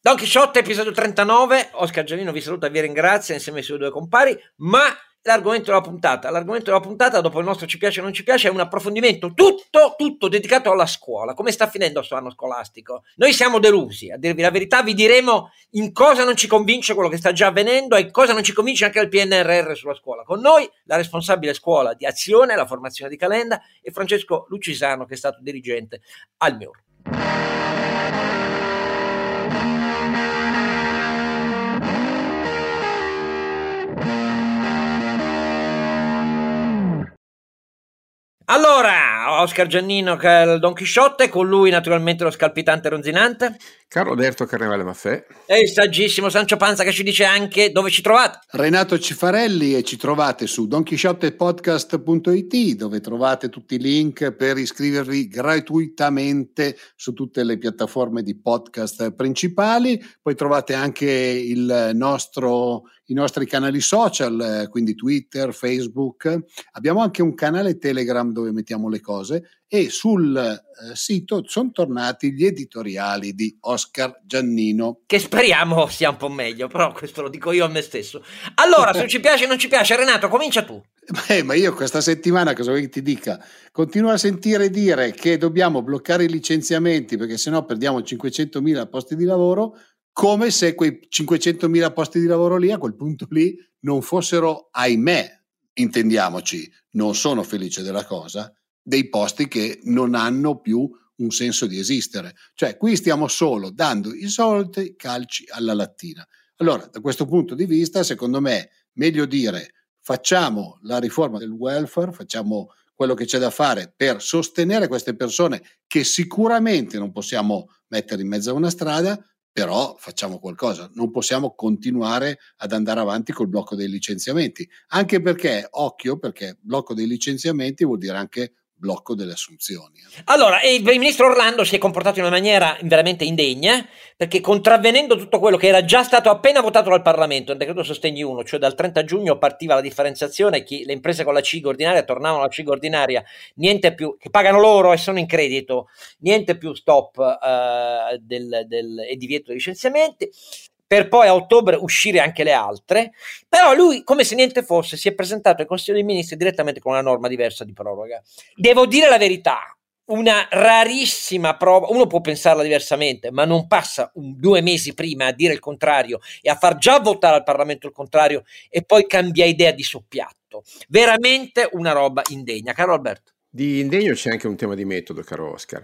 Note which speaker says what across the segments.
Speaker 1: Don Chisciotte, episodio 39. Oscar Giannino vi saluta e vi ringrazia insieme ai suoi due compari, ma l'argomento della puntata, dopo il nostro ci piace o non ci piace, è un approfondimento tutto dedicato alla scuola. Come sta finendo questo anno scolastico? Noi siamo delusi, a dirvi la verità. Vi diremo in cosa non ci convince quello che sta già avvenendo e cosa non ci convince anche il PNRR sulla scuola. Con noi la responsabile scuola di Azione, la formazione di Calenda, e Francesco Lucisano, che è stato dirigente al MIUR. Allora, Oscar Giannino, che è il Don Chisciotte, con lui naturalmente lo scalpitante ronzinante
Speaker 2: Carlo Alberto Carnevale Maffè
Speaker 1: e il saggissimo Sancio Panza, che ci dice anche dove ci trovate.
Speaker 3: Renato Cifarelli, e ci trovate su donchisciottepodcast.it, dove trovate tutti i link per iscrivervi gratuitamente su tutte le piattaforme di podcast principali. Poi trovate anche i nostri canali social, quindi Twitter, Facebook. Abbiamo anche un canale Telegram dove mettiamo le cose, e sul sito sono tornati gli editoriali di Oscar Giannino,
Speaker 1: che speriamo sia un po' meglio, però questo lo dico io a me stesso. Allora, se ci piace o non ci piace, Renato, comincia tu.
Speaker 3: Ma io questa settimana, cosa vuoi che ti dica? Continuo a sentire dire che dobbiamo bloccare i licenziamenti perché sennò perdiamo 500.000 posti di lavoro, come se quei 500.000 posti di lavoro lì, a quel punto lì, non fossero, ahimè, intendiamoci, non sono felice della cosa, dei posti che non hanno più un senso di esistere. Cioè, qui stiamo solo dando i soliti calci alla lattina. Allora, da questo punto di vista, secondo me, meglio dire: facciamo la riforma del welfare, facciamo quello che c'è da fare per sostenere queste persone che sicuramente non possiamo mettere in mezzo a una strada, però facciamo qualcosa. Non possiamo continuare ad andare avanti col blocco dei licenziamenti, anche perché, occhio, perché blocco dei licenziamenti vuol dire anche blocco delle assunzioni.
Speaker 1: Allora, il ministro Orlando si è comportato in una maniera veramente indegna, perché contravvenendo tutto quello che era già stato appena votato dal Parlamento, nel decreto sostegni 1, cioè dal 30 giugno partiva la differenziazione, le imprese con la CIG ordinaria tornavano alla CIG ordinaria, niente più, che pagano loro e sono in credito, niente più stop e divieto di licenziamenti, per poi a ottobre uscire anche le altre. Però lui, come se niente fosse, si è presentato ai Consiglio dei Ministri direttamente con una norma diversa di proroga. Devo dire la verità, una rarissima prova. Uno può pensarla diversamente, ma non passa 2 mesi prima a dire il contrario e a far già votare al Parlamento il contrario e poi cambia idea di soppiatto. Veramente una roba indegna. Caro Alberto.
Speaker 2: Di indegno c'è anche un tema di metodo, caro Oscar.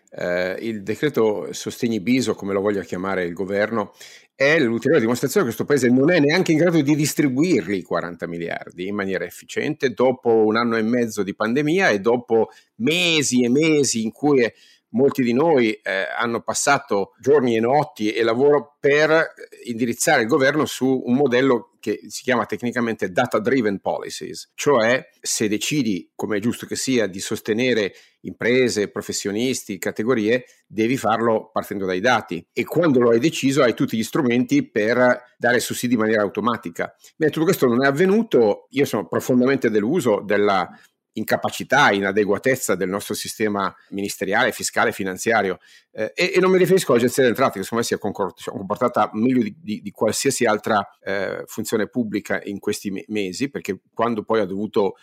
Speaker 2: Il decreto sostegni bis, o come lo voglia chiamare il governo, è l'ulteriore dimostrazione che questo paese non è neanche in grado di distribuirli i 40 miliardi in maniera efficiente dopo 1 anno e mezzo di pandemia e dopo mesi e mesi in cui molti di noi hanno passato giorni e notti e lavoro per indirizzare il governo su un modello che si chiama tecnicamente data-driven policies, cioè se decidi, come è giusto che sia, di sostenere imprese, professionisti, categorie, devi farlo partendo dai dati, e quando lo hai deciso hai tutti gli strumenti per dare sussidi in maniera automatica. Beh, tutto questo non è avvenuto. Io sono profondamente deluso della incapacità, inadeguatezza del nostro sistema ministeriale, fiscale, finanziario, e non mi riferisco all'Agenzia delle Entrate, che secondo me si è comportata meglio di qualsiasi altra funzione pubblica in questi mesi, perché quando poi ha dovuto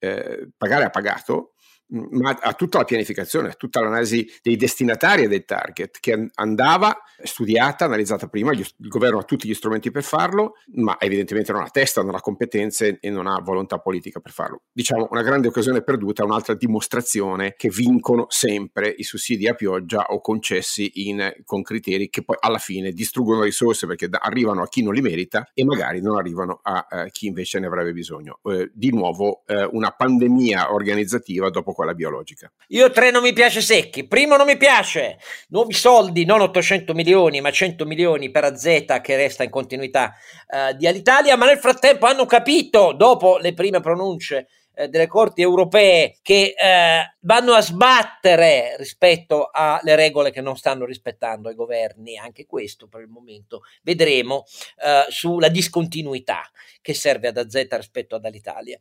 Speaker 2: pagare ha pagato, ma a tutta la pianificazione, a tutta l'analisi dei destinatari e dei target, che andava studiata, analizzata prima. Il governo ha tutti gli strumenti per farlo, ma evidentemente non ha testa, non ha competenze e non ha volontà politica per farlo. Diciamo, una grande occasione perduta, un'altra dimostrazione che vincono sempre i sussidi a pioggia o concessi con criteri che poi alla fine distruggono risorse, perché arrivano a chi non li merita e magari non arrivano a chi invece ne avrebbe bisogno. Di nuovo una pandemia organizzativa dopo quella biologica.
Speaker 1: Io 3 non mi piace secchi. Primo, non mi piace nuovi soldi, non 800 milioni ma 100 milioni per AZ, che resta in continuità di Alitalia, ma nel frattempo hanno capito, dopo le prime pronunce delle corti europee, che vanno a sbattere rispetto alle regole che non stanno rispettando i governi. Anche questo per il momento vedremo sulla discontinuità che serve ad AZ rispetto ad Alitalia.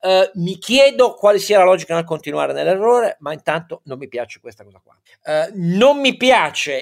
Speaker 1: Mi chiedo quale sia la logica nel continuare nell'errore, ma intanto non mi piace questa cosa qua. Non mi piace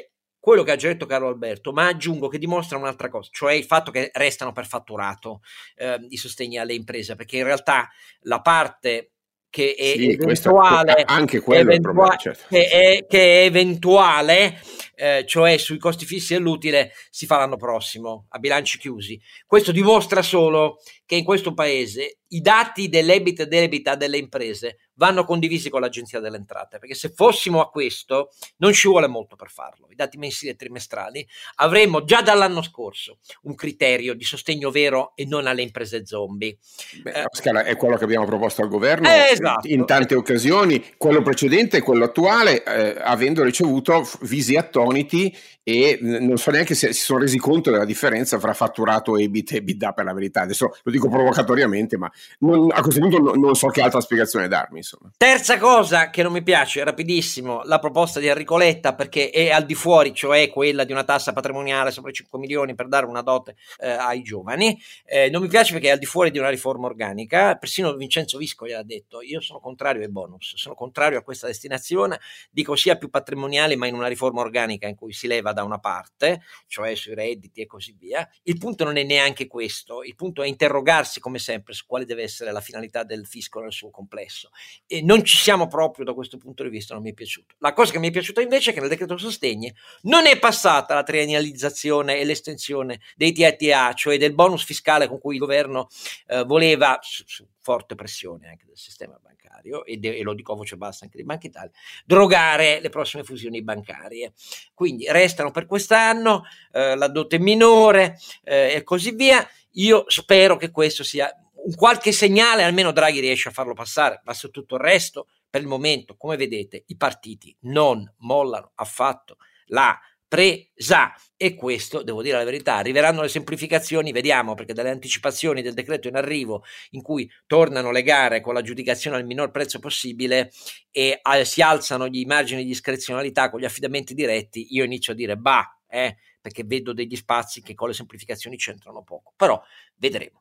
Speaker 1: quello che ha già detto Carlo Alberto, ma aggiungo che dimostra un'altra cosa, cioè il fatto che restano per fatturato i sostegni alle imprese, perché in realtà la parte che è eventuale,
Speaker 2: anche quello è il problema, certo.
Speaker 1: che è eventuale, cioè sui costi fissi e l'utile, si fa l'anno prossimo a bilanci chiusi. Questo dimostra solo che in questo paese i dati dell'EBIT e dell'EBITA delle imprese vanno condivisi con l'Agenzia delle Entrate, perché se fossimo a questo non ci vuole molto per farlo. I dati mensili e trimestrali avremmo già dall'anno scorso un criterio di sostegno vero e non alle imprese zombie.
Speaker 2: Oscar, è quello che abbiamo proposto al governo
Speaker 1: esatto,
Speaker 2: in tante occasioni, quello precedente e quello attuale, avendo ricevuto visi attoniti, e non so neanche se si sono resi conto della differenza fra fatturato, EBIT e EBITDA, per la verità. Adesso lo dico provocatoriamente, ma a questo punto non so che altra spiegazione darmi, insomma.
Speaker 1: Terza cosa che non mi piace, rapidissimo, la proposta di Enrico Letta, perché è al di fuori, cioè quella di una tassa patrimoniale sopra i 5 milioni per dare una dote ai giovani. Non mi piace perché è al di fuori di una riforma organica. Persino Vincenzo Visco gli ha detto: io sono contrario ai bonus, sono contrario a questa destinazione, dico sia più patrimoniali, ma in una riforma organica in cui si leva da una parte, cioè sui redditi e così via. Il punto non è neanche questo, il punto è interrogarsi come sempre su quale deve essere la finalità del fisco nel suo complesso, e non ci siamo proprio da questo punto di vista. Non mi è piaciuto. La cosa che mi è piaciuta invece è che nel decreto sostegni non è passata la triennalizzazione e l'estensione dei TATA, cioè del bonus fiscale con cui il governo voleva, su forte pressione anche del sistema bancario, e lo dico a voce bassa anche di Banca Italia, drogare le prossime fusioni bancarie. Quindi restano per quest'anno la dote minore e così via. Io spero che questo sia un qualche segnale, almeno Draghi riesce a farlo passare, ma su tutto il resto, per il momento, come vedete, i partiti non mollano affatto la presa, e questo, devo dire la verità, arriveranno le semplificazioni, vediamo, perché dalle anticipazioni del decreto in arrivo, in cui tornano le gare con l'aggiudicazione al minor prezzo possibile e si alzano gli margini di discrezionalità con gli affidamenti diretti, io inizio a dire perché vedo degli spazi che con le semplificazioni c'entrano poco, però vedremo.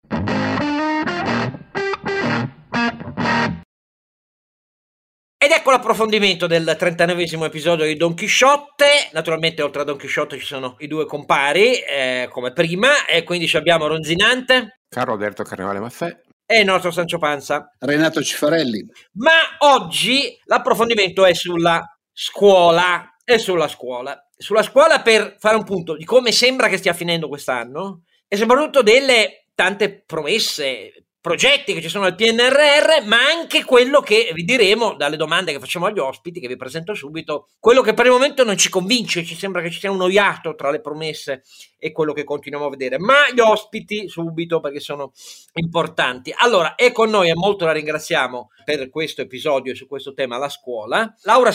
Speaker 1: Ed ecco l'approfondimento del 39esimo episodio di Don Chisciotte. Naturalmente oltre a Don Chisciotte ci sono i due compari, come prima, e quindi abbiamo Ronzinante,
Speaker 2: Carlo Alberto Carnevale Maffè
Speaker 1: e il nostro Sancio Panza,
Speaker 3: Renato Cifarelli.
Speaker 1: Ma oggi l'approfondimento è sulla scuola, sulla scuola, per fare un punto di come sembra che stia finendo quest'anno e soprattutto delle tante promesse, progetti che ci sono al PNRR, ma anche quello che vi diremo dalle domande che facciamo agli ospiti, che vi presento subito, quello che per il momento non ci convince, ci sembra che ci sia uno iato tra le promesse e quello che continuiamo a vedere, ma gli ospiti subito perché sono importanti. Allora, è con noi, e molto la ringraziamo per questo episodio e su questo tema, la scuola, Laura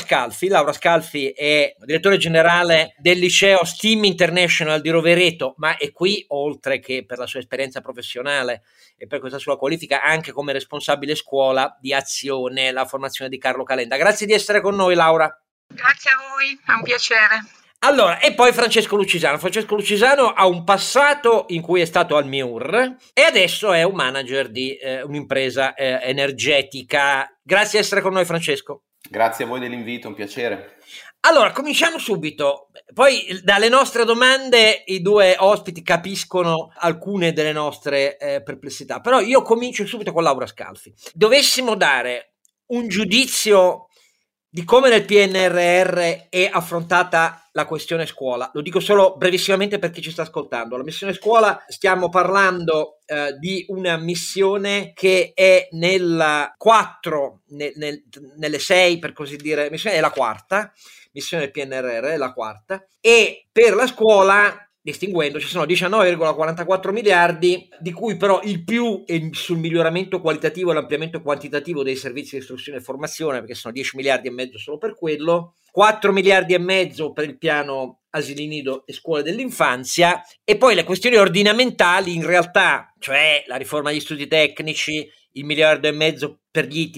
Speaker 1: Scalfi è direttore generale del liceo STEAM International di Rovereto, ma è qui oltre che per la sua esperienza professionale e per questa sua qualifica anche come responsabile scuola di Azione, la formazione di Carlo Calenda. Grazie di essere con noi, Laura.
Speaker 4: Grazie a voi, è un piacere.
Speaker 1: Allora, e poi Francesco Lucisano ha un passato in cui è stato al MIUR e adesso è un manager di un'impresa energetica. Grazie di essere con noi, Francesco.
Speaker 5: Grazie a voi dell'invito, un piacere.
Speaker 1: Allora, cominciamo subito. Poi dalle nostre domande i due ospiti capiscono alcune delle nostre perplessità, però io comincio subito con Laura Scalfi. Dovessimo dare un giudizio di come nel PNRR è affrontata la questione scuola, lo dico solo brevissimamente per chi ci sta ascoltando. La missione scuola, stiamo parlando di una missione che è nella 4, nelle 6 per così dire, missione è la quarta, missione del PNRR è la quarta, e per la scuola, distinguendo, ci sono 19,44 miliardi, di cui però il più è sul miglioramento qualitativo e l'ampliamento quantitativo dei servizi di istruzione e formazione, perché sono 10 miliardi e mezzo solo per quello, 4 miliardi e mezzo per il piano asili nido e scuole dell'infanzia, e poi le questioni ordinamentali in realtà, cioè la riforma degli studi tecnici, il 1,5 miliardi per gli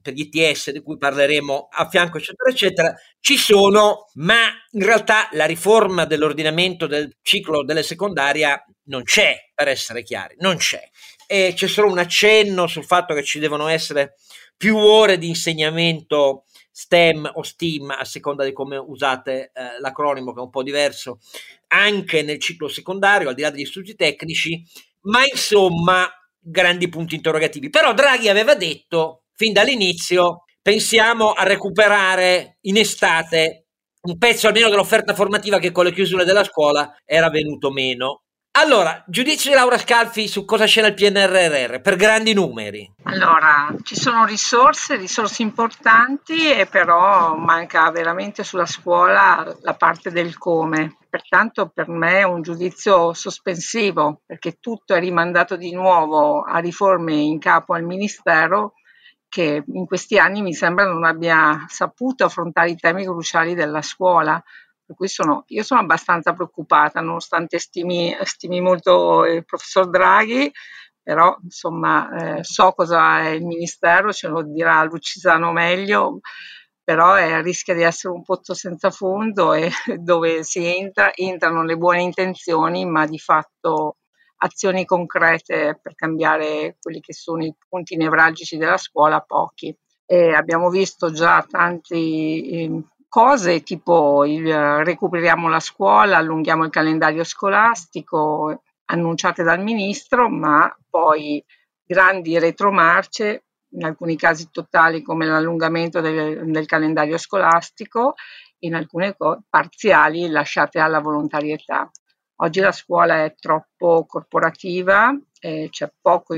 Speaker 1: ITS di cui parleremo a fianco, eccetera eccetera, ci sono, ma in realtà la riforma dell'ordinamento del ciclo delle secondaria non c'è, per essere chiari, non c'è, e c'è solo un accenno sul fatto che ci devono essere più ore di insegnamento STEM o STEAM, a seconda di come usate l'acronimo, che è un po' diverso, anche nel ciclo secondario, al di là degli studi tecnici, ma insomma grandi punti interrogativi. Però Draghi aveva detto fin dall'inizio: pensiamo a recuperare in estate un pezzo almeno dell'offerta formativa che con le chiusure della scuola era venuto meno. Allora, giudizio di Laura Scalfi su cosa c'è nel PNRR per grandi numeri.
Speaker 4: Allora, ci sono risorse importanti, e però manca veramente sulla scuola la parte del come. Pertanto per me è un giudizio sospensivo, perché tutto è rimandato di nuovo a riforme in capo al Ministero, che in questi anni mi sembra non abbia saputo affrontare i temi cruciali della scuola. Per cui io sono abbastanza preoccupata, nonostante stimi molto il professor Draghi, però insomma so cosa è il Ministero, ce lo dirà Lucisano meglio, però rischia di essere un pozzo senza fondo, e dove entrano le buone intenzioni, ma di fatto azioni concrete per cambiare quelli che sono i punti nevralgici della scuola, pochi. E abbiamo visto già tanti cose tipo recuperiamo la scuola, allunghiamo il calendario scolastico, annunciate dal ministro, ma poi grandi retromarce, in alcuni casi totali come l'allungamento del calendario scolastico, in alcune parziali lasciate alla volontarietà. Oggi la scuola è troppo corporativa, c'è poco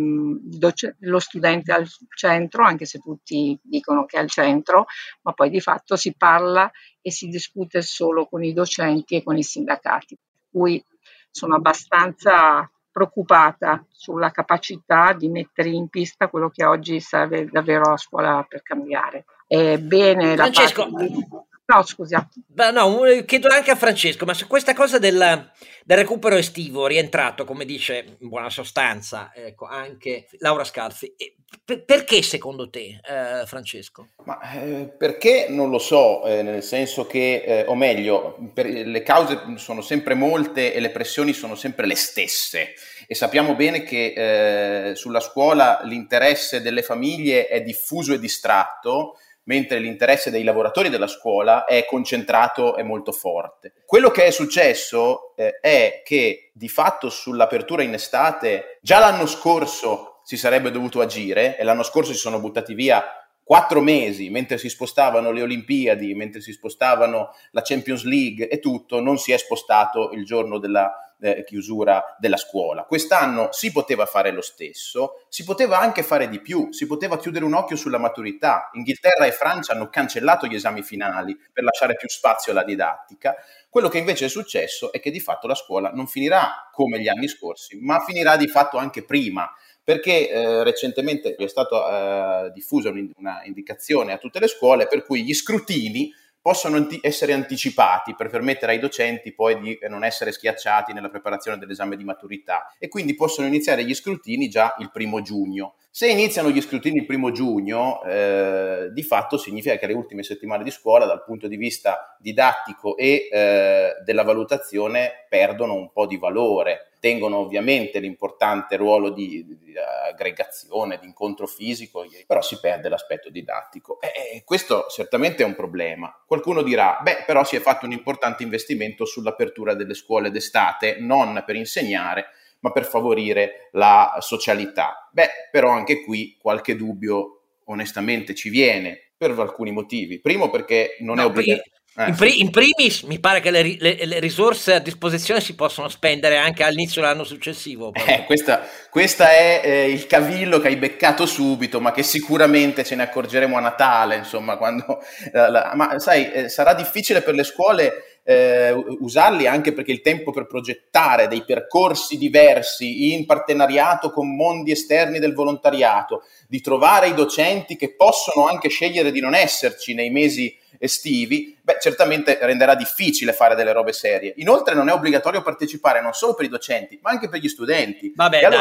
Speaker 4: lo studente al centro, anche se tutti dicono che è al centro, ma poi di fatto si parla e si discute solo con i docenti e con i sindacati. Per cui sono abbastanza preoccupata sulla capacità di mettere in pista quello che oggi serve davvero alla scuola per cambiare. È bene
Speaker 1: Francesco,
Speaker 4: No, scusa.
Speaker 1: No, chiedo anche a Francesco, ma su questa cosa del recupero estivo rientrato, come dice in buona sostanza, ecco, anche Laura Scalfi, perché secondo te, Francesco?
Speaker 5: Perché non lo so, nel senso che, o meglio, le cause sono sempre molte e le pressioni sono sempre le stesse, e sappiamo bene che sulla scuola l'interesse delle famiglie è diffuso e distratto, mentre l'interesse dei lavoratori della scuola è concentrato e molto forte. Quello che è successo è che di fatto sull'apertura in estate già l'anno scorso si sarebbe dovuto agire, e l'anno scorso si sono buttati via 4 mesi mentre si spostavano le Olimpiadi, mentre si spostavano la Champions League e tutto, non si è spostato il giorno della chiusura della scuola. Quest'anno si poteva fare lo stesso, si poteva anche fare di più, si poteva chiudere un occhio sulla maturità. Inghilterra e Francia hanno cancellato gli esami finali per lasciare più spazio alla didattica. Quello che invece è successo è che di fatto la scuola non finirà come gli anni scorsi, ma finirà di fatto anche prima, perché recentemente è stata diffusa una indicazione a tutte le scuole per cui gli scrutini possono essere anticipati per permettere ai docenti poi di non essere schiacciati nella preparazione dell'esame di maturità, e quindi possono iniziare gli scrutini già il 1° giugno. Se iniziano gli scrutini il 1° giugno, di fatto significa che le ultime settimane di scuola dal punto di vista didattico e della valutazione perdono un po' di valore. Tengono ovviamente l'importante ruolo di aggregazione, di incontro fisico, però si perde l'aspetto didattico. Questo certamente è un problema. Qualcuno dirà, però si è fatto un importante investimento sull'apertura delle scuole d'estate, non per insegnare, ma per favorire la socialità. Però anche qui qualche dubbio onestamente ci viene, per alcuni motivi. Primo, perché non è obbligatorio.
Speaker 1: In primis mi pare che le risorse a disposizione si possono spendere anche all'inizio dell'anno successivo.
Speaker 5: Questa è il cavillo che hai beccato subito, ma che sicuramente ce ne accorgeremo a Natale, insomma, quando ma sai, sarà difficile per le scuole usarli, anche perché il tempo per progettare dei percorsi diversi in partenariato con mondi esterni del volontariato, di trovare i docenti che possono anche scegliere di non esserci nei mesi estivi, certamente renderà difficile fare delle robe serie. Inoltre non è obbligatorio partecipare non solo per i docenti, ma anche per gli studenti.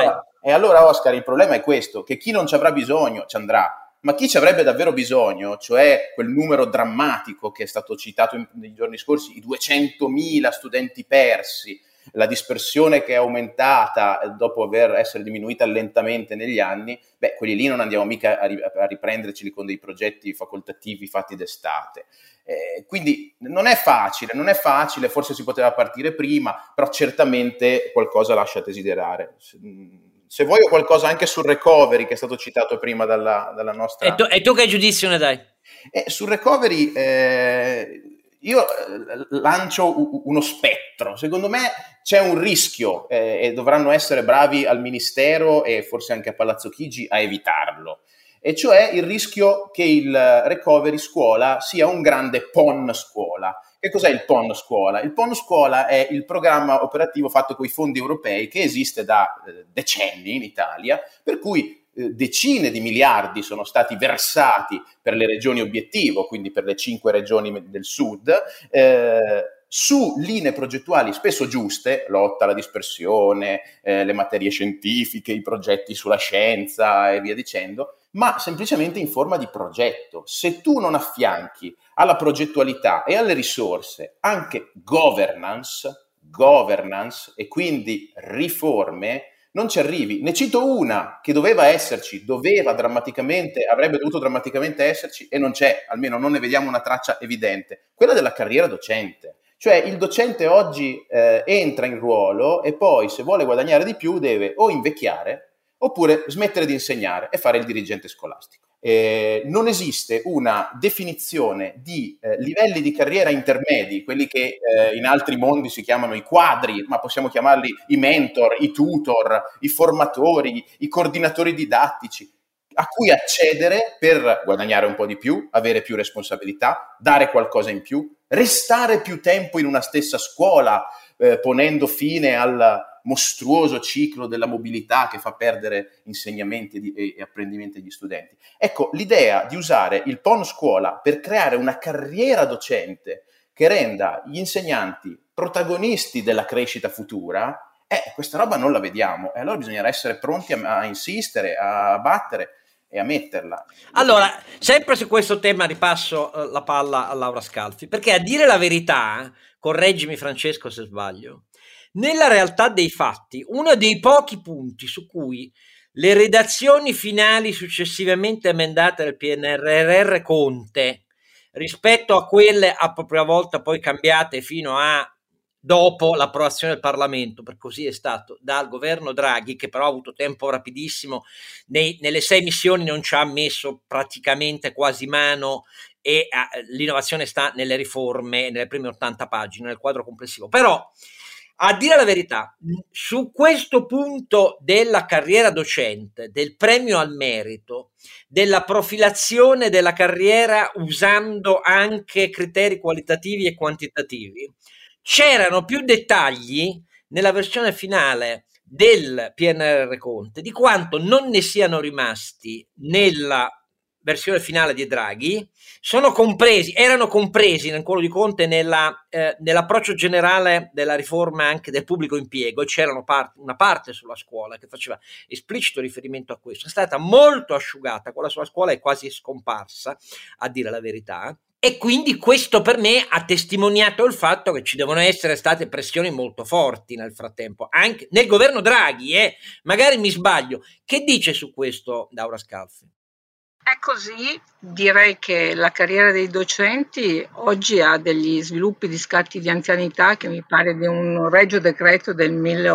Speaker 5: E allora, Oscar, il problema è questo, che chi non ci avrà bisogno ci andrà, ma chi ci avrebbe davvero bisogno, cioè quel numero drammatico che è stato citato nei giorni scorsi, i 200.000 studenti persi, la dispersione che è aumentata dopo essere diminuita lentamente negli anni, quelli lì non andiamo mica a riprenderceli con dei progetti facoltativi fatti d'estate. Quindi non è facile, forse si poteva partire prima, però certamente qualcosa lascia desiderare. Se vuoi qualcosa anche sul recovery che è stato citato prima dalla nostra...
Speaker 1: E tu che giudizio ne dai?
Speaker 5: Sul recovery io lancio uno spettro. Secondo me c'è un rischio e dovranno essere bravi al Ministero e forse anche a Palazzo Chigi a evitarlo. E cioè il rischio che il recovery scuola sia un grande PON scuola. Che cos'è il PON scuola? Il PON scuola è il programma operativo fatto con i fondi europei che esiste da decenni in Italia, per cui decine di miliardi sono stati versati per le regioni obiettivo, quindi per le 5 regioni del sud, su linee progettuali spesso giuste, lotta alla dispersione, le materie scientifiche, i progetti sulla scienza e via dicendo, ma semplicemente in forma di progetto. Se tu non affianchi alla progettualità e alle risorse anche governance e quindi riforme, non ci arrivi. Ne cito una che avrebbe dovuto drammaticamente esserci e non c'è, almeno non ne vediamo una traccia evidente, quella della carriera docente. Cioè il docente oggi entra in ruolo e poi se vuole guadagnare di più deve o invecchiare oppure smettere di insegnare e fare il dirigente scolastico. Non esiste una definizione di livelli di carriera intermedi, quelli che in altri mondi si chiamano i quadri, ma possiamo chiamarli i mentor, i tutor, i formatori, i coordinatori didattici, a cui accedere per guadagnare un po' di più, avere più responsabilità, dare qualcosa in più, restare più tempo in una stessa scuola, ponendo fine al mostruoso ciclo della mobilità che fa perdere insegnamenti e apprendimenti agli studenti. Ecco, l'idea di usare il PON scuola per creare una carriera docente che renda gli insegnanti protagonisti della crescita futura, questa roba non la vediamo e allora bisognerà essere pronti a insistere, a battere e a metterla.
Speaker 1: Allora, sempre su questo tema ripasso la palla a Laura Scalfi, perché a dire la verità, correggimi Francesco se sbaglio, nella realtà dei fatti, uno dei pochi punti su cui le redazioni finali successivamente emendate del PNRR Conte, rispetto a quelle a propria volta poi cambiate fino a dopo l'approvazione del Parlamento, per così è stato, dal governo Draghi, che però ha avuto tempo rapidissimo, nelle 6 missioni non ci ha messo praticamente quasi mano e l'innovazione sta nelle riforme, nelle prime 80 pagine, nel quadro complessivo. Però, a dire la verità, su questo punto della carriera docente, del premio al merito, della profilazione della carriera usando anche criteri qualitativi e quantitativi, c'erano più dettagli nella versione finale del PNRR Conte di quanto non ne siano rimasti nella versione finale di Draghi. Erano compresi nel quello di Conte nell'approccio generale della riforma anche del pubblico impiego, e c'era una parte sulla scuola che faceva esplicito riferimento a questo. È stata molto asciugata, quella sulla scuola è quasi scomparsa, a dire la verità. E quindi questo per me ha testimoniato il fatto che ci devono essere state pressioni molto forti nel frattempo, anche nel governo Draghi, magari mi sbaglio. Che dice su questo Laura Scalfi?
Speaker 4: È così, direi che la carriera dei docenti oggi ha degli sviluppi di scatti di anzianità che mi pare di un regio decreto del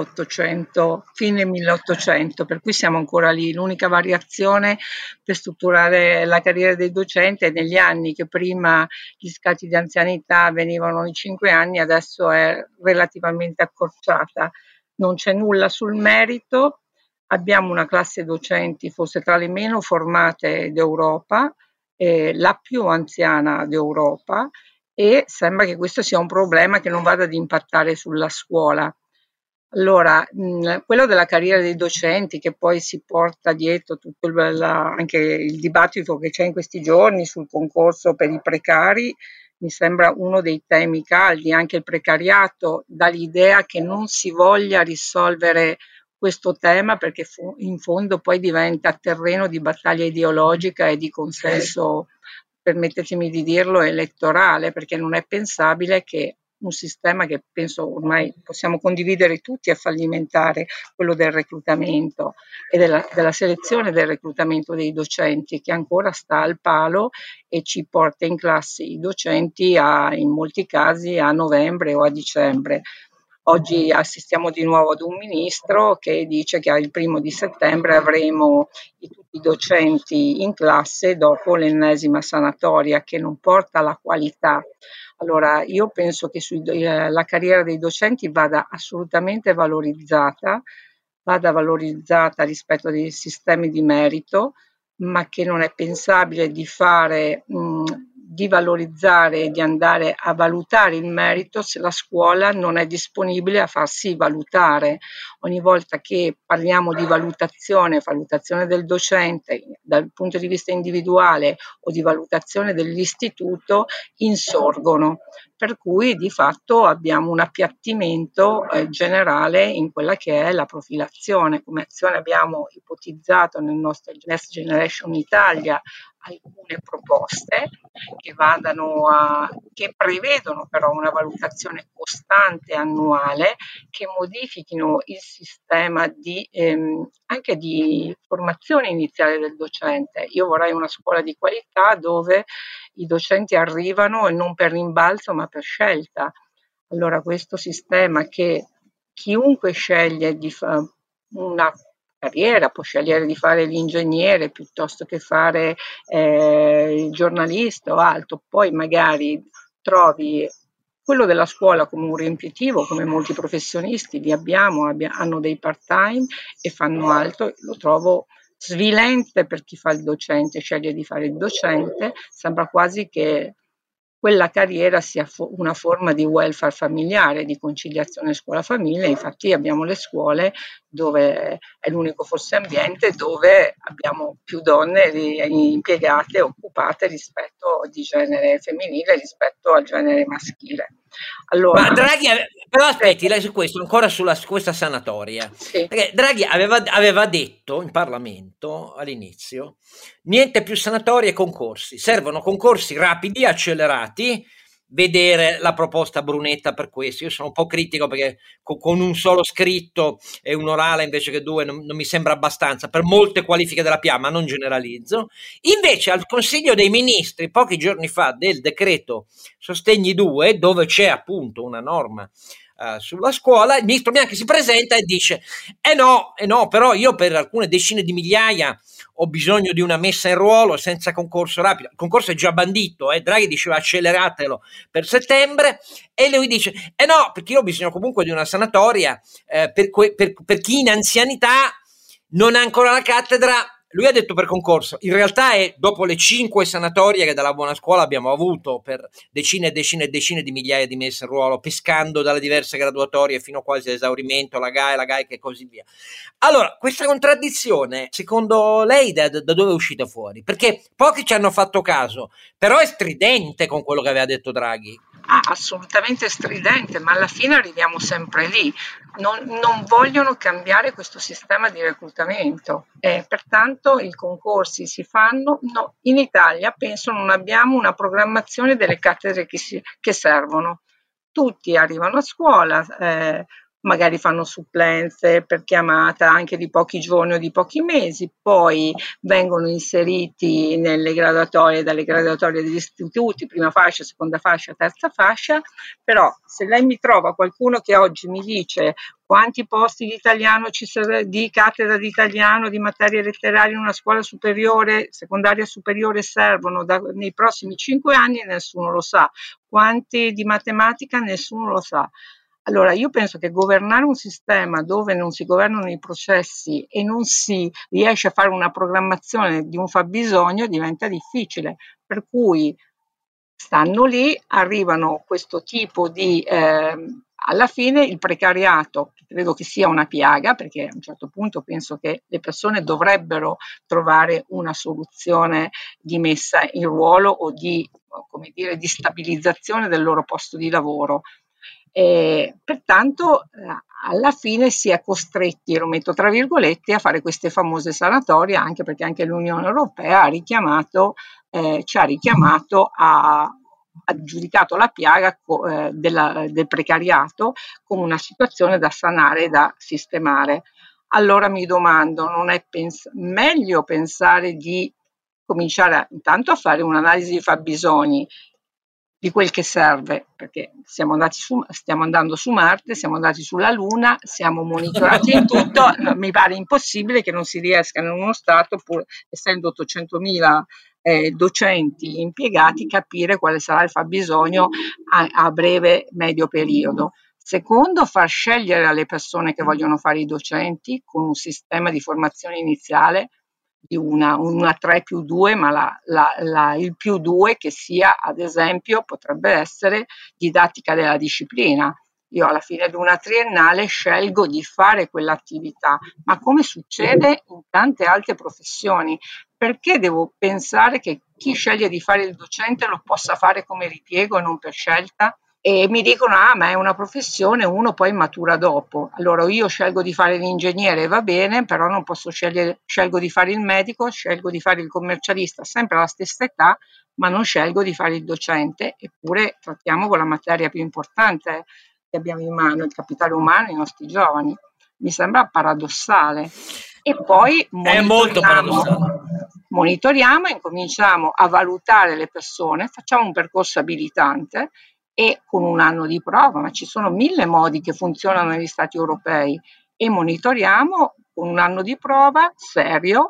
Speaker 4: 1800, fine 1800, per cui siamo ancora lì. L'unica variazione per strutturare la carriera dei docenti è negli anni, che prima gli scatti di anzianità venivano di 5 anni, adesso è relativamente accorciata. Non c'è nulla sul merito. Abbiamo una classe docenti forse tra le meno formate d'Europa, la più anziana d'Europa, e sembra che questo sia un problema che non vada ad impattare sulla scuola. Allora, quello della carriera dei docenti, che poi si porta dietro tutto anche il dibattito che c'è in questi giorni sul concorso per i precari, mi sembra uno dei temi caldi. Anche il precariato dà l'idea che non si voglia risolvere questo tema, perché in fondo poi diventa terreno di battaglia ideologica e di consenso, permettetemi di dirlo, elettorale, perché non è pensabile che un sistema che penso ormai possiamo condividere tutti, è fallimentare, quello del reclutamento e della selezione del reclutamento dei docenti, che ancora sta al palo e ci porta in classe i docenti in molti casi a novembre o a dicembre. Oggi assistiamo di nuovo ad un ministro che dice che il 1° settembre avremo tutti i docenti in classe dopo l'ennesima sanatoria che non porta alla qualità. Allora, io penso che la carriera dei docenti vada assolutamente valorizzata rispetto a dei sistemi di merito, ma che non è pensabile di valorizzare e di andare a valutare il merito se la scuola non è disponibile a farsi valutare. Ogni volta che parliamo di valutazione del docente dal punto di vista individuale o di valutazione dell'istituto, insorgono, per cui di fatto abbiamo un appiattimento generale in quella che è la profilazione. Come azione abbiamo ipotizzato nel nostro Next Generation Italia alcune proposte che prevedono però una valutazione costante annuale, che modifichino il sistema anche di formazione iniziale del docente. Io vorrei una scuola di qualità dove i docenti arrivano non per rimbalzo ma per scelta. Allora questo sistema che chiunque sceglie di fare una carriera, può scegliere di fare l'ingegnere piuttosto che fare il giornalista o altro, poi magari trovi quello della scuola come un riempitivo, come molti professionisti li hanno dei part-time e fanno altro. Lo trovo svilente per chi fa il docente, sceglie di fare il docente, sembra quasi che quella carriera sia una forma di welfare familiare, di conciliazione scuola-famiglia. Infatti abbiamo le scuole dove è l'unico forse ambiente dove abbiamo più donne impiegate, occupate rispetto di genere femminile rispetto al genere maschile. Allora,
Speaker 1: ma Draghi, però aspetti, lei su questo, ancora questa sanatoria,
Speaker 4: sì.
Speaker 1: Perché Draghi aveva detto in Parlamento all'inizio, niente più sanatorie e concorsi, servono concorsi rapidi, accelerati. Vedere la proposta Brunetta per questo, io sono un po' critico perché con un solo scritto e un orale invece che 2 non mi sembra abbastanza per molte qualifiche della PA, ma non generalizzo. Invece al Consiglio dei Ministri pochi giorni fa del decreto Sostegni 2, dove c'è appunto una norma sulla scuola, il ministro Bianchi si presenta e dice no, però io per alcune decine di migliaia ho bisogno di una messa in ruolo senza concorso rapido. Il concorso è già bandito, Draghi diceva acceleratelo per settembre, e lui dice no, perché io ho bisogno comunque di una sanatoria per chi in anzianità non ha ancora la cattedra. Lui ha detto per concorso, in realtà è dopo le 5 sanatorie che dalla buona scuola abbiamo avuto per decine e decine e decine di migliaia di messe in ruolo, pescando dalle diverse graduatorie fino quasi all'esaurimento, la GAE e così via. Allora, questa contraddizione, secondo lei, da dove è uscita fuori? Perché pochi ci hanno fatto caso, però è stridente con quello che aveva detto Draghi.
Speaker 4: Assolutamente stridente, ma alla fine arriviamo sempre lì. Non vogliono cambiare questo sistema di reclutamento e pertanto i concorsi si fanno. No, in Italia penso non abbiamo una programmazione delle cattedre che servono. Tutti arrivano a scuola, magari fanno supplenze per chiamata anche di pochi giorni o di pochi mesi, poi vengono inseriti nelle graduatorie, dalle graduatorie degli istituti, prima fascia, seconda fascia, terza fascia. Però se lei mi trova qualcuno che oggi mi dice quanti posti di italiano di cattedra di italiano, di materie letterarie in una scuola superiore, secondaria superiore servono nei prossimi 5 anni, nessuno lo sa. Quanti di matematica, nessuno lo sa. Allora, io penso che governare un sistema dove non si governano i processi e non si riesce a fare una programmazione di un fabbisogno diventa difficile, per cui stanno lì, arrivano questo tipo di... alla fine il precariato, credo che sia una piaga, perché a un certo punto penso che le persone dovrebbero trovare una soluzione di messa in ruolo o di stabilizzazione del loro posto di lavoro. Pertanto alla fine si è costretti, lo metto tra virgolette, a fare queste famose sanatorie, anche perché anche l'Unione Europea ci ha richiamato a aggiudicato la piaga del precariato come una situazione da sanare e da sistemare. Allora mi domando, non è meglio pensare di cominciare intanto a fare un'analisi di fabbisogni, di quel che serve, perché stiamo andando su Marte, siamo andati sulla Luna, siamo monitorati in tutto, mi pare impossibile che non si riesca in uno Stato, pur essendo 800.000 docenti impiegati, capire quale sarà il fabbisogno a breve medio periodo. Secondo, far scegliere alle persone che vogliono fare i docenti con un sistema di formazione iniziale di una 3+2, ma il +2 che sia, ad esempio, potrebbe essere didattica della disciplina. Io alla fine di una triennale scelgo di fare quell'attività, ma come succede in tante altre professioni, perché devo pensare che chi sceglie di fare il docente lo possa fare come ripiego e non per scelta? E mi dicono, ma è una professione, uno poi matura dopo. Allora io scelgo di fare l'ingegnere, va bene, però non posso scelgo di fare il medico, scelgo di fare il commercialista, sempre alla stessa età, ma non scelgo di fare il docente, eppure trattiamo con la materia più importante che abbiamo in mano, il capitale umano, i nostri giovani. Mi sembra paradossale. E poi
Speaker 1: è molto paradossale.
Speaker 4: Monitoriamo, incominciamo a valutare le persone, facciamo un percorso abilitante e con un anno di prova, ma ci sono 1000 modi che funzionano negli Stati europei, e monitoriamo con un anno di prova serio,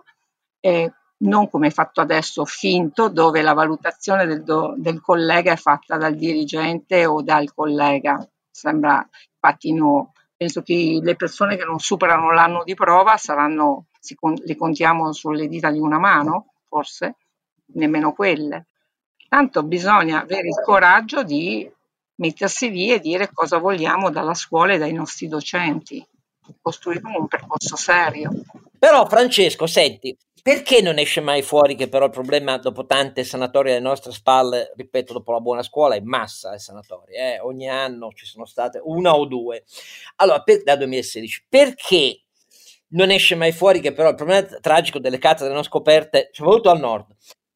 Speaker 4: non come è fatto adesso finto, dove la valutazione del collega è fatta dal dirigente o dal collega. Sembra, infatti no, penso che le persone che non superano l'anno di prova saranno, le contiamo sulle dita di una mano, forse, nemmeno quelle. Tanto bisogna avere il coraggio di mettersi lì e dire cosa vogliamo dalla scuola e dai nostri docenti, costruire un percorso serio.
Speaker 1: Però Francesco, senti, perché non esce mai fuori che però il problema, dopo tante sanatorie alle nostre spalle, ripeto, dopo la buona scuola, è massa le sanatorie, ogni anno ci sono state una o due. Allora, da 2016, perché non esce mai fuori che però il problema tragico delle cattedre non scoperte, soprattutto al nord,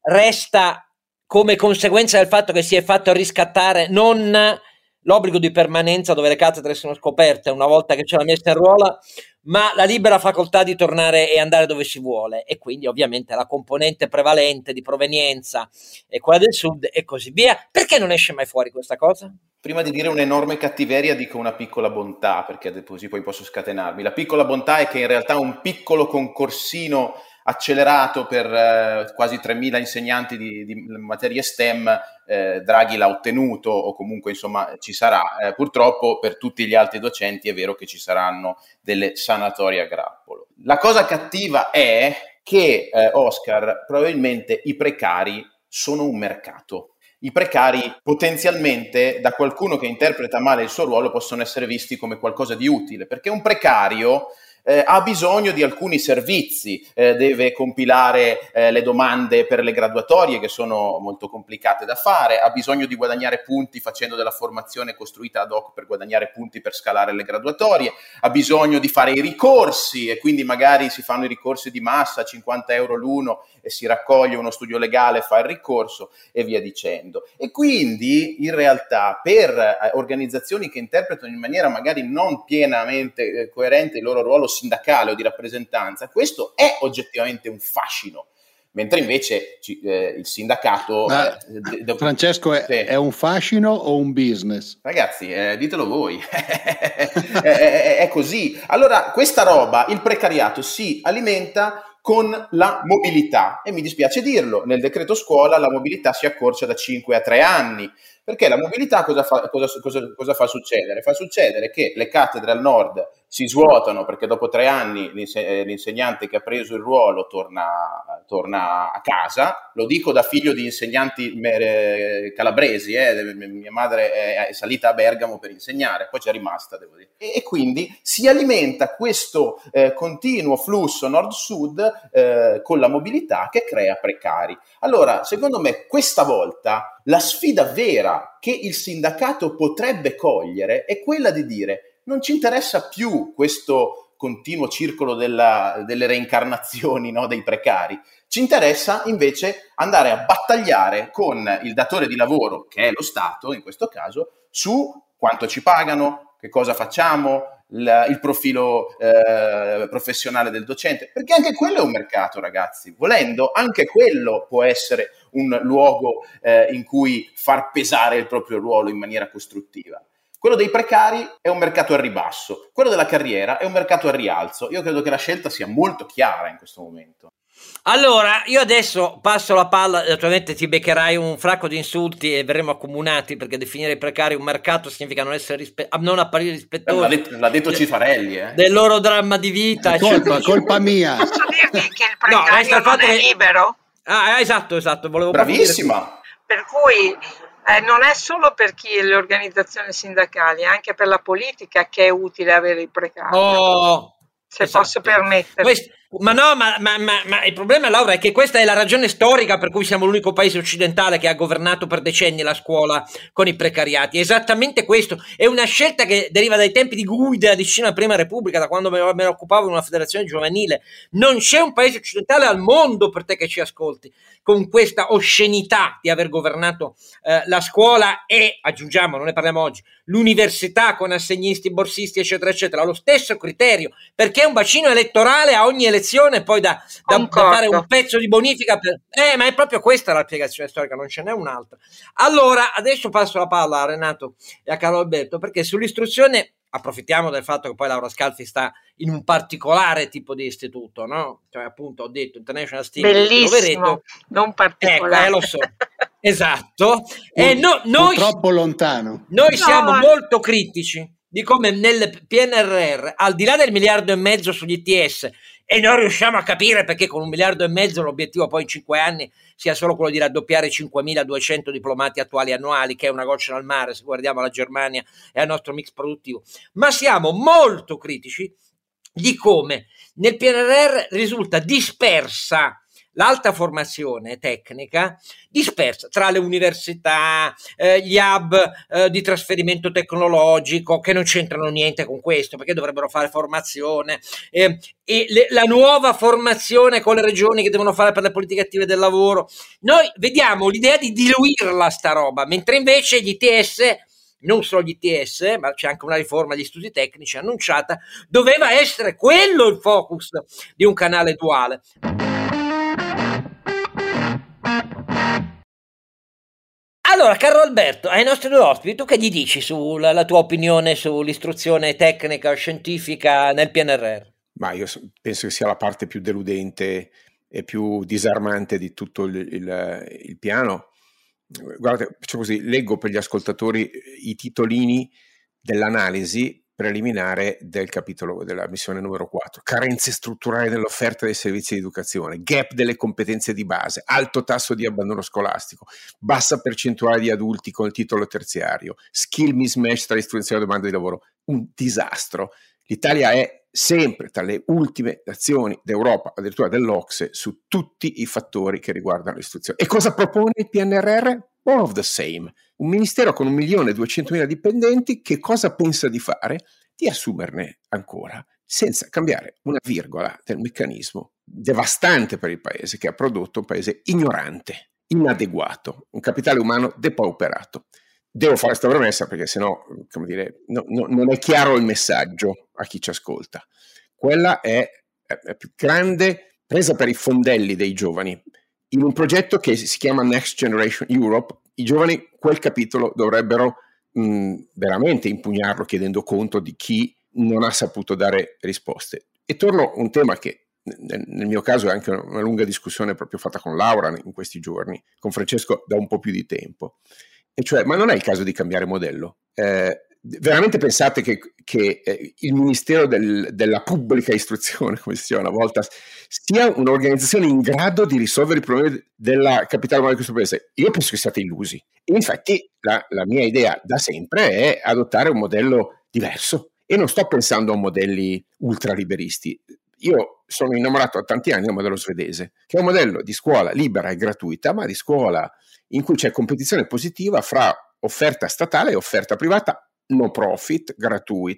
Speaker 1: resta come conseguenza del fatto che si è fatto riscattare non l'obbligo di permanenza dove le cattedre sono scoperte una volta che c'è la messa in ruola, ma la libera facoltà di tornare e andare dove si vuole, e quindi ovviamente la componente prevalente di provenienza è quella del sud e così via. Perché non esce mai fuori questa cosa?
Speaker 5: Prima di dire un'enorme cattiveria dico una piccola bontà, perché così poi posso scatenarmi. La piccola bontà è che in realtà un piccolo concorsino accelerato per quasi 3.000 insegnanti di materie STEM, Draghi l'ha ottenuto, o comunque insomma ci sarà. Purtroppo per tutti gli altri docenti è vero che ci saranno delle sanatorie a grappolo. La cosa cattiva è che, Oscar, probabilmente i precari sono un mercato. I precari potenzialmente da qualcuno che interpreta male il suo ruolo possono essere visti come qualcosa di utile, perché un precario ha bisogno di alcuni servizi, deve compilare le domande per le graduatorie che sono molto complicate da fare, ha bisogno di guadagnare punti facendo della formazione costruita ad hoc per guadagnare punti per scalare le graduatorie, ha bisogno di fare i ricorsi e quindi magari si fanno i ricorsi di massa, 50 euro l'uno, e si raccoglie uno studio legale, fa il ricorso e via dicendo. E quindi in realtà per organizzazioni che interpretano in maniera magari non pienamente coerente il loro ruolo sindacale o di rappresentanza, questo è oggettivamente un fascino, mentre invece il sindacato...
Speaker 3: Francesco, è un fascino o un business?
Speaker 5: Ragazzi, ditelo voi. È così. Allora, questa roba, il precariato si alimenta con la mobilità, e mi dispiace dirlo, nel decreto scuola la mobilità si accorcia da 5 a 3 anni, perché la mobilità cosa fa succedere? Fa succedere che le cattedre al nord si svuotano, perché dopo 3 anni l'insegnante che ha preso il ruolo torna a casa. Lo dico da figlio di insegnanti calabresi, mia madre è salita a Bergamo per insegnare, poi c'è rimasta, devo dire. E quindi si alimenta questo continuo flusso nord-sud con la mobilità che crea precari. Allora, secondo me, questa volta la sfida vera che il sindacato potrebbe cogliere è quella di dire: non ci interessa più questo continuo circolo delle reincarnazioni, no, dei precari. Ci interessa invece andare a battagliare con il datore di lavoro, che è lo Stato in questo caso, su quanto ci pagano, che cosa facciamo, il profilo professionale del docente, perché anche quello è un mercato, ragazzi. Volendo, anche quello può essere un luogo in cui far pesare il proprio ruolo in maniera costruttiva. Quello dei precari è un mercato al ribasso, quello della carriera è un mercato al rialzo. Io credo che la scelta sia molto chiara in questo momento.
Speaker 1: Allora, io adesso passo la palla, naturalmente ti beccherai un fracco di insulti e verremo accomunati, perché definire i precari un mercato significa non apparire rispettosi.
Speaker 5: L'ha detto Cifarelli,
Speaker 1: del loro dramma di vita.
Speaker 3: Colpa mia.
Speaker 4: Posso dirvi che il precario non è libero?
Speaker 1: Esatto, volevo
Speaker 5: bravissima.
Speaker 4: Per cui non è solo per chi le organizzazioni sindacali, anche per la politica che è utile avere il precario. Se posso permettere.
Speaker 1: Ma il problema, Laura, è che questa è la ragione storica per cui siamo l'unico paese occidentale che ha governato per decenni la scuola con i precariati. Esattamente questo. È una scelta che deriva dai tempi di Guida, di Cina Prima Repubblica, da quando me ne occupavo in una federazione giovanile. Non c'è un paese occidentale al mondo, per te che ci ascolti, con questa oscenità di aver governato la scuola e, aggiungiamo, non ne parliamo oggi, l'università con assegnisti, borsisti, eccetera, eccetera. Lo stesso criterio, perché è un bacino elettorale a ogni elezione, poi da fare un pezzo di bonifica ma è proprio questa la spiegazione storica, non ce n'è un'altra. Allora adesso passo la palla a Renato e a Carlo Alberto, perché sull'istruzione approfittiamo del fatto che poi Laura Scalzi sta in un particolare tipo di istituto, no? Cioè, appunto, ho detto International Student
Speaker 4: bellissimo, non particolare.
Speaker 1: Lo so. Esatto. Noi
Speaker 3: troppo lontano.
Speaker 1: Noi siamo molto critici di come nel PNRR, al di là del 1,5 miliardi sugli ITS, e non riusciamo a capire perché con 1,5 miliardi l'obiettivo poi in 5 anni sia solo quello di raddoppiare 5.200 diplomati attuali annuali, che è una goccia nel mare se guardiamo alla Germania e al nostro mix produttivo. Ma siamo molto critici di come nel PNRR risulta dispersa l'alta formazione tecnica, dispersa tra le università, gli hub di trasferimento tecnologico che non c'entrano niente con questo, perché dovrebbero fare formazione, e la nuova formazione con le regioni che devono fare per le politiche attive del lavoro. Noi vediamo l'idea di diluirla sta roba, mentre invece gli ITS, non solo gli ITS, ma c'è anche una riforma degli studi tecnici annunciata, doveva essere quello il focus di un canale duale. Allora, caro Alberto, ai nostri due ospiti, tu che gli dici sulla tua opinione sull'istruzione tecnica, scientifica nel PNRR?
Speaker 2: Ma io penso che sia la parte più deludente e più disarmante di tutto il piano. Guardate, faccio così, leggo per gli ascoltatori i titolini dell'analisi preliminare del capitolo della missione numero 4. Carenze strutturali nell'offerta dei servizi di educazione, gap delle competenze di base, alto tasso di abbandono scolastico, bassa percentuale di adulti con il titolo terziario, skill mismatch tra istruzione e domanda di lavoro. Un disastro. L'Italia è sempre tra le ultime nazioni d'Europa, addirittura dell'OCSE, su tutti i fattori che riguardano l'istruzione. E cosa propone il PNRR? All of the same. Un ministero con 1.200.000 dipendenti, che cosa pensa di fare? Di assumerne ancora, senza cambiare una virgola del meccanismo devastante per il paese, che ha prodotto un paese ignorante, inadeguato, un capitale umano depauperato. Devo fare questa premessa perché sennò, come dire, non è chiaro il messaggio a chi ci ascolta. Quella è la più grande presa per i fondelli dei giovani. In un progetto che si chiama Next Generation Europe, i giovani quel capitolo dovrebbero veramente impugnarlo, chiedendo conto di chi non ha saputo dare risposte. E torno a un tema che nel mio caso è anche una lunga discussione proprio fatta con Laura in questi giorni, con Francesco da un po' più di tempo. E cioè, ma non è il caso di cambiare modello? Veramente pensate che il Ministero della Pubblica Istruzione, come si diceva una volta, sia un'organizzazione in grado di risolvere i problemi della capitale umana di questo paese? Io penso che siate illusi. E infatti la mia idea da sempre è adottare un modello diverso. E non sto pensando a modelli ultraliberisti. Io sono innamorato da tanti anni del modello svedese, che è un modello di scuola libera e gratuita, ma di scuola in cui c'è competizione positiva fra offerta statale e offerta privata, no profit, gratuita,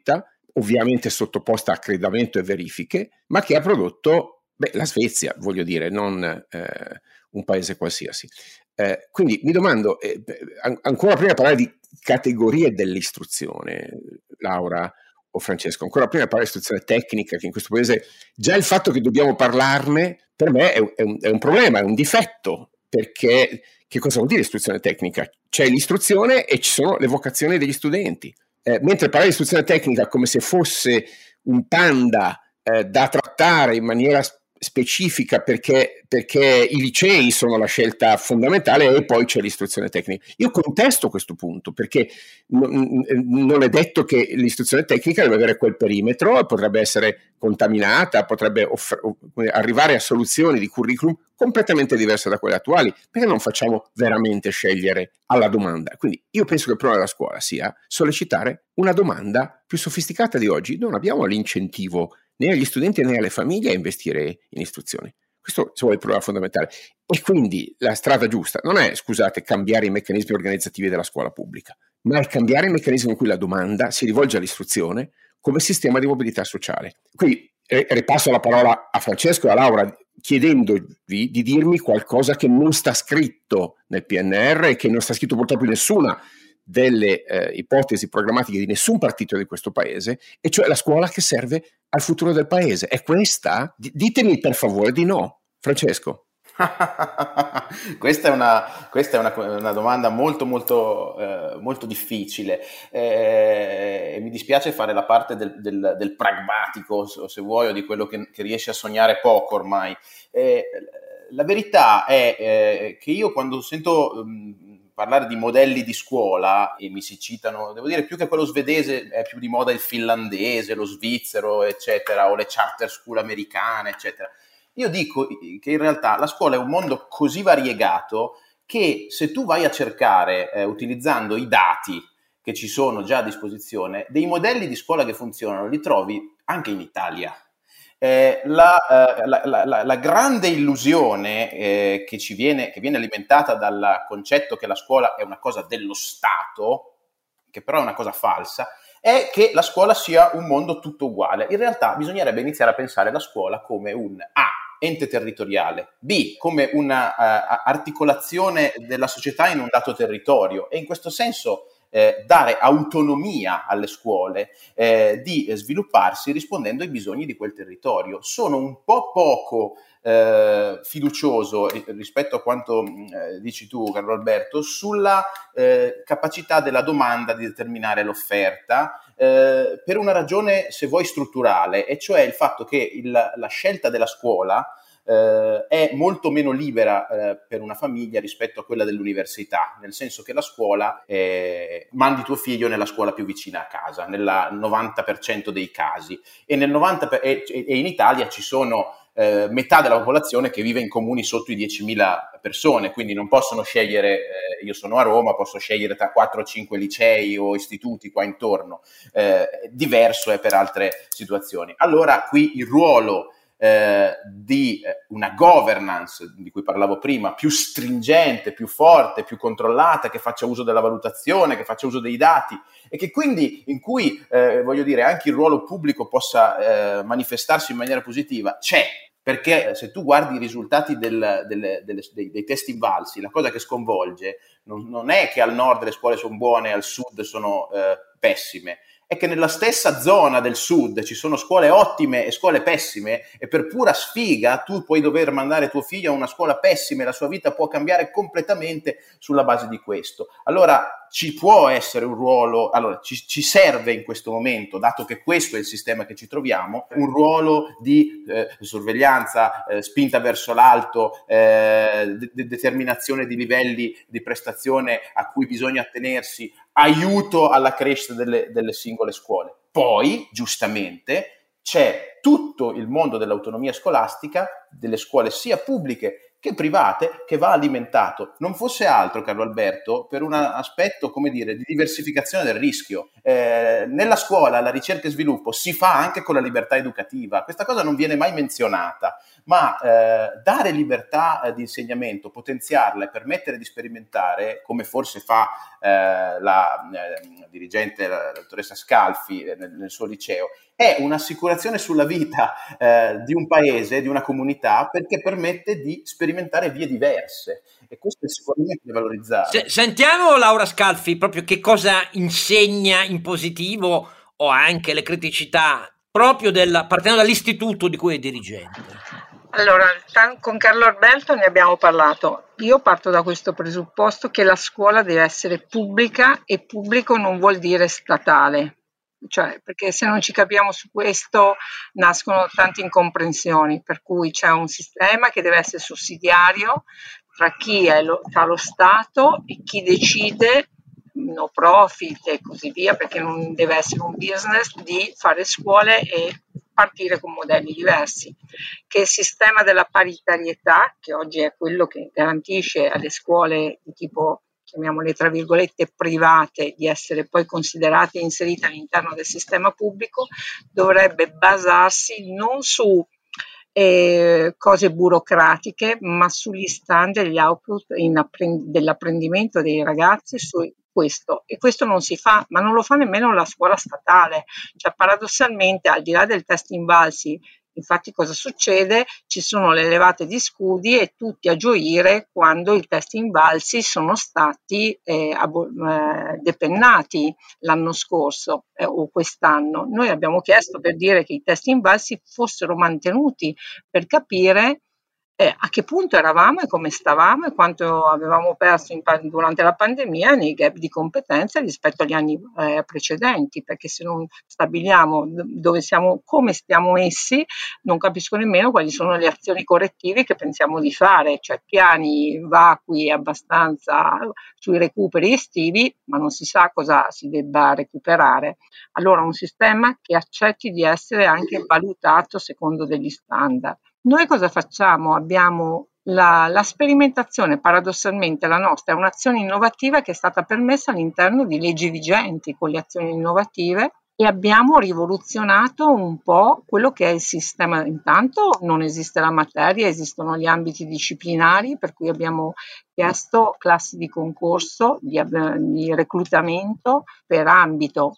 Speaker 2: ovviamente sottoposta a accreditamento e verifiche, ma che ha prodotto la Svezia, voglio dire, non un paese qualsiasi. Quindi mi domando, ancora prima di parlare di categorie dell'istruzione, Laura o Francesco, ancora prima di parlare di istruzione tecnica, che in questo paese già il fatto che dobbiamo parlarne per me è un problema, è un difetto, perché che cosa vuol dire istruzione tecnica? C'è l'istruzione e ci sono le vocazioni degli studenti. Mentre parlare di istruzione tecnica come se fosse un panda da trattare in maniera specifica perché i licei sono la scelta fondamentale e poi c'è l'istruzione tecnica. Io contesto questo punto perché non è detto che l'istruzione tecnica deve avere quel perimetro, potrebbe essere contaminata, potrebbe arrivare a soluzioni di curriculum completamente diverse da quelle attuali, perché non facciamo veramente scegliere alla domanda. Quindi io penso che il problema della scuola sia sollecitare una domanda più sofisticata di oggi. Non abbiamo l'incentivo né agli studenti né alle famiglie a investire in istruzione. Questo è il problema fondamentale. E quindi la strada giusta non è, scusate, cambiare i meccanismi organizzativi della scuola pubblica, ma è cambiare il meccanismo in cui la domanda si rivolge all'istruzione come sistema di mobilità sociale. Quindi ripasso la parola a Francesco e a Laura chiedendovi di dirmi qualcosa che non sta scritto nel PNR e che non sta scritto purtroppo in nessuna delle ipotesi programmatiche di nessun partito di questo paese, e cioè la scuola che serve al futuro del paese. È questa? Ditemi per favore di no. Francesco.
Speaker 5: Questa è una domanda molto molto difficile, e mi dispiace fare la parte del pragmatico, se vuoi, o di quello che riesce a sognare poco ormai. La verità è che io quando sento parlare di modelli di scuola, e mi si citano, devo dire, più che quello svedese è più di moda il finlandese, lo svizzero, eccetera, o le charter school americane, eccetera. Io dico che in realtà la scuola è un mondo così variegato che se tu vai a cercare, utilizzando i dati che ci sono già a disposizione, dei modelli di scuola che funzionano, li trovi anche in Italia. La grande illusione che viene alimentata dal concetto che la scuola è una cosa dello Stato, che però è una cosa falsa, è che la scuola sia un mondo tutto uguale. In realtà bisognerebbe iniziare a pensare la scuola come un ente territoriale, B, come una articolazione della società in un dato territorio, e in questo senso dare autonomia alle scuole di svilupparsi rispondendo ai bisogni di quel territorio. Sono un po' poco fiducioso rispetto a quanto dici tu, Carlo Alberto, sulla capacità della domanda di determinare l'offerta, per una ragione, se vuoi, strutturale, e cioè il fatto che la scelta della scuola è molto meno libera per una famiglia rispetto a quella dell'università, nel senso che la scuola mandi tuo figlio nella scuola più vicina a casa, nel 90% dei casi, e in Italia ci sono metà della popolazione che vive in comuni sotto i 10.000 persone, quindi non possono scegliere, io sono a Roma, posso scegliere tra 4 o 5 licei o istituti qua intorno, diverso è per altre situazioni. Allora qui il ruolo di una governance di cui parlavo prima, più stringente, più forte, più controllata, che faccia uso della valutazione, che faccia uso dei dati, e che quindi in cui voglio dire anche il ruolo pubblico possa manifestarsi in maniera positiva, c'è. Perché se tu guardi i risultati dei test invalsi, la cosa che sconvolge non è che al nord le scuole sono buone e al sud sono pessime, è che nella stessa zona del sud ci sono scuole ottime e scuole pessime, e per pura sfiga tu puoi dover mandare tuo figlio a una scuola pessima e la sua vita può cambiare completamente sulla base di questo. Allora ci può essere un ruolo, allora ci serve in questo momento, dato che questo è il sistema che ci troviamo, un ruolo di sorveglianza, spinta verso l'alto, determinazione di livelli di prestazione a cui bisogna attenersi, aiuto alla crescita delle singole scuole. Poi, giustamente, c'è tutto il mondo dell'autonomia scolastica, delle scuole sia pubbliche che private, che va alimentato. Non fosse altro, Carlo Alberto, per un aspetto, come dire, di diversificazione del rischio. Nella scuola la ricerca e sviluppo si fa anche con la libertà educativa. Questa cosa non viene mai menzionata, ma dare libertà di insegnamento, potenziarla e permettere di sperimentare, come forse fa la dirigente, la dottoressa Scalfi nel suo liceo, è un'assicurazione sulla vita di un paese, di una comunità, perché permette di sperimentare vie diverse, e questo è sicuramente da valorizzare.
Speaker 1: Sentiamo Laura Scalfi proprio che cosa insegna in positivo o anche le criticità proprio partendo dall'istituto di cui è dirigente.
Speaker 4: Allora, con Carlo Alberto ne abbiamo parlato. Io parto da questo presupposto che la scuola deve essere pubblica, e pubblico non vuol dire statale. Cioè, perché se non ci capiamo su questo nascono tante incomprensioni, per cui c'è un sistema che deve essere sussidiario tra chi fa lo Stato e chi decide, no profit e così via, perché non deve essere un business, di fare scuole e partire con modelli diversi, che il sistema della paritarietà, che oggi è quello che garantisce alle scuole di tipo, chiamiamole tra virgolette, private, di essere poi considerate e inserite all'interno del sistema pubblico, dovrebbe basarsi non su cose burocratiche, ma sugli standard e gli output dell'apprendimento dei ragazzi su questo. E questo non si fa, ma non lo fa nemmeno la scuola statale. Cioè, paradossalmente, al di là del test Invalsi, infatti cosa succede? Ci sono le levate di scudi e tutti a gioire quando i test Invalsi sono stati depennati l'anno scorso o quest'anno. Noi abbiamo chiesto per dire che i test Invalsi fossero mantenuti, per capire a che punto eravamo e come stavamo e quanto avevamo perso durante la pandemia nei gap di competenze rispetto agli anni precedenti, perché se non stabiliamo dove siamo, come stiamo messi, non capisco nemmeno quali sono le azioni correttive che pensiamo di fare, cioè piani vacui abbastanza sui recuperi estivi, ma non si sa cosa si debba recuperare. Allora un sistema che accetti di essere anche valutato secondo degli standard. Noi cosa facciamo? Abbiamo la sperimentazione, paradossalmente la nostra è un'azione innovativa che è stata permessa all'interno di leggi vigenti con le azioni innovative, e abbiamo rivoluzionato un po' quello che è il sistema. Intanto non esiste la materia, esistono gli ambiti disciplinari, per cui abbiamo chiesto classi di concorso, di reclutamento per ambito.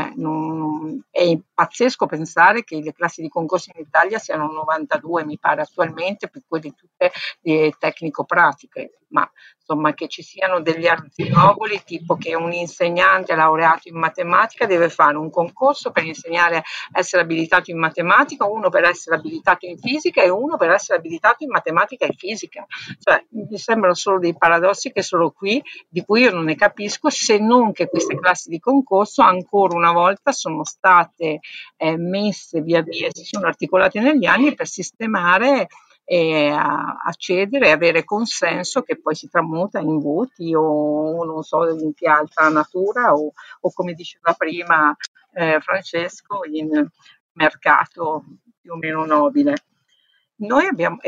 Speaker 4: È pazzesco pensare che le classi di concorso in Italia siano 92, mi pare attualmente, per quelle tutte tecnico-pratiche, ma insomma che ci siano degli arzigogoli tipo che un insegnante laureato in matematica deve fare un concorso per insegnare a essere abilitato in matematica, uno per essere abilitato in fisica e uno per essere abilitato in matematica e fisica. Cioè, mi sembrano solo dei paradossi che sono qui, di cui io non ne capisco, se non che queste classi di concorso ancora una volta sono state messe via via, si sono articolate negli anni per sistemare e accedere e avere consenso, che poi si tramuta in voti o non so in che altra natura o come diceva prima Francesco, in mercato più o meno nobile. Noi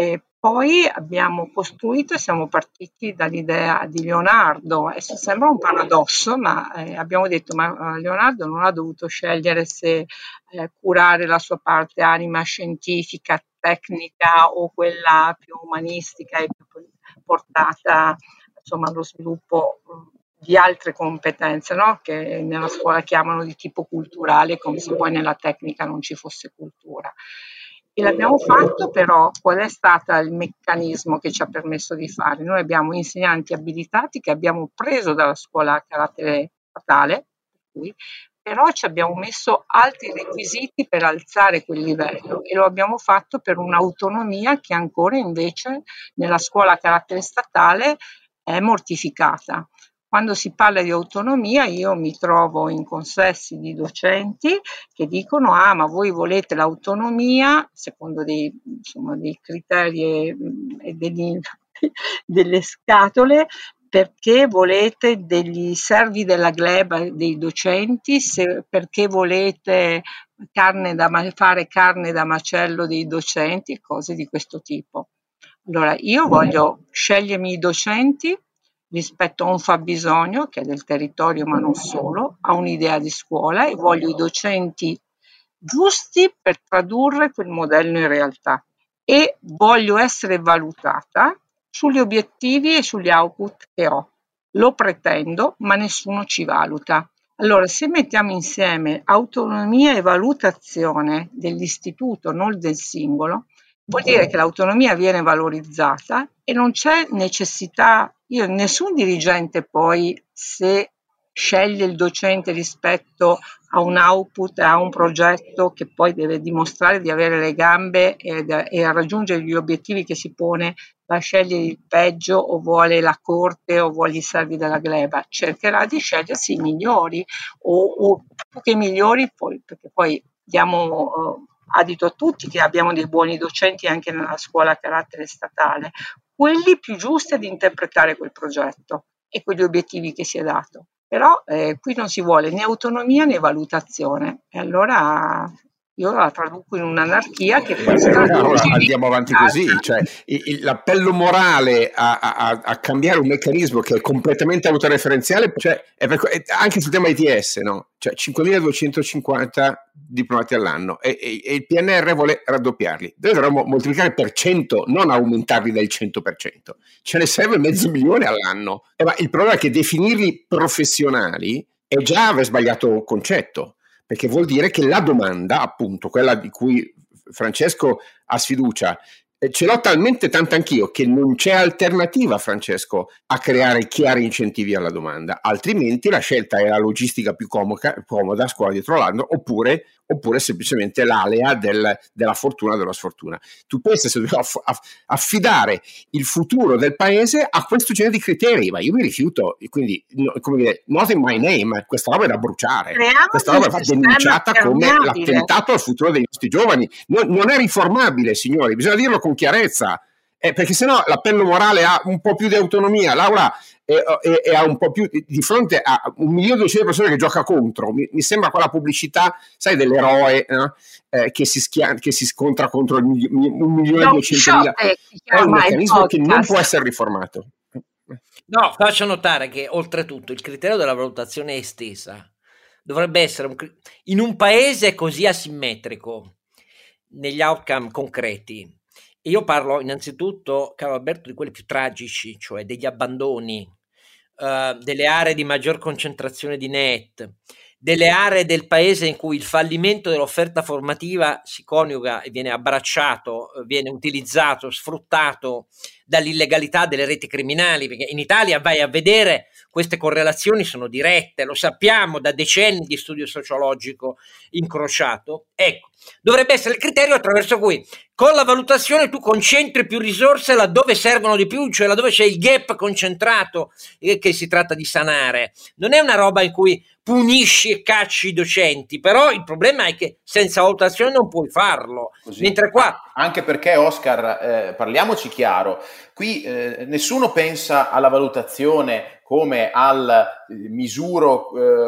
Speaker 4: poi abbiamo costruito e siamo partiti dall'idea di Leonardo. Sembra un paradosso, ma abbiamo detto ma Leonardo non ha dovuto scegliere se curare la sua parte anima scientifica, tecnica o quella più umanistica e più portata insomma allo sviluppo di altre competenze, no? Che nella scuola chiamano di tipo culturale, come se poi nella tecnica non ci fosse cultura. E l'abbiamo fatto, però qual è stato il meccanismo che ci ha permesso di fare? Noi abbiamo insegnanti abilitati che abbiamo preso dalla scuola a carattere statale, però ci abbiamo messo altri requisiti per alzare quel livello e lo abbiamo fatto per un'autonomia che ancora invece nella scuola a carattere statale è mortificata. Quando si parla di autonomia io mi trovo in consessi di docenti che dicono ma voi volete l'autonomia secondo dei criteri e delle scatole, perché volete degli servi della gleba dei docenti, perché volete fare carne da macello dei docenti, cose di questo tipo. Allora, io voglio scegliermi i docenti rispetto a un fabbisogno che è del territorio, ma non solo, a un'idea di scuola, e voglio i docenti giusti per tradurre quel modello in realtà, e voglio essere valutata sugli obiettivi e sugli output che ho. Lo pretendo, ma nessuno ci valuta. Allora, se mettiamo insieme autonomia e valutazione dell'istituto, non del singolo, vuol dire che l'autonomia viene valorizzata e non c'è necessità, nessun dirigente poi, se sceglie il docente rispetto a un output, a un progetto che poi deve dimostrare di avere le gambe e a raggiungere gli obiettivi che si pone, va a scegliere il peggio o vuole la corte o vuole i servi della gleba, cercherà di scegliersi i migliori o più che i migliori, poi, perché poi diamo adito a tutti che abbiamo dei buoni docenti anche nella scuola a carattere statale, quelli più giusti ad interpretare quel progetto e quegli obiettivi che si è dato. Però qui non si vuole né autonomia né valutazione, e allora io la traduco in un'anarchia che poi si
Speaker 2: Allora
Speaker 4: traduce
Speaker 2: andiamo avanti così, cioè l'appello morale a cambiare un meccanismo che è completamente autoreferenziale, cioè è anche sul tema ITS, no? Cioè 5.250 diplomati all'anno e il PNR vuole raddoppiarli. Dovremmo moltiplicare per 100, non aumentarli del 100%. Ce ne serve 500.000 all'anno. Ma il problema è che definirli professionali è già aver sbagliato concetto, perché vuol dire che la domanda, appunto, quella di cui Francesco ha sfiducia, ce l'ho talmente tanta anch'io che non c'è alternativa, Francesco, a creare chiari incentivi alla domanda, altrimenti la scelta è la logistica più comoda, scuola dietro l'anno, oppure semplicemente l'alea della fortuna o della sfortuna. Tu pensi se dobbiamo affidare il futuro del paese a questo genere di criteri, ma io mi rifiuto, quindi come dire, not in my name, questa roba è da bruciare, questa roba va denunciata come l'attentato al futuro dei nostri giovani, non è riformabile, signori, bisogna dirlo con chiarezza, perché sennò l'appello morale ha un po' più di autonomia, Laura, e ha un po' più di fronte a 1.200.000 persone che gioca contro. Mi sembra quella pubblicità, sai, dell'eroe, no? Che si scontra contro 1.200.000. È un meccanismo che non può essere riformato.
Speaker 1: No, faccio notare che oltretutto il criterio della valutazione estesa dovrebbe essere in un paese così asimmetrico negli outcome concreti. Io parlo innanzitutto, caro Alberto, di quelli più tragici, cioè degli abbandoni, delle aree di maggior concentrazione di NEET, delle aree del paese in cui il fallimento dell'offerta formativa si coniuga e viene abbracciato, viene utilizzato, sfruttato dall'illegalità delle reti criminali, perché in Italia vai a vedere queste correlazioni sono dirette, lo sappiamo da decenni di studio sociologico incrociato. Ecco, dovrebbe essere il criterio attraverso cui con la valutazione tu concentri più risorse laddove servono di più, cioè laddove c'è il gap concentrato che si tratta di sanare. Non è una roba in cui punisci e cacci i docenti, però il problema è che senza valutazione non puoi farlo.
Speaker 5: Così.
Speaker 1: Mentre qua...
Speaker 5: Anche perché, Oscar, parliamoci chiaro, qui nessuno pensa alla valutazione come al misuro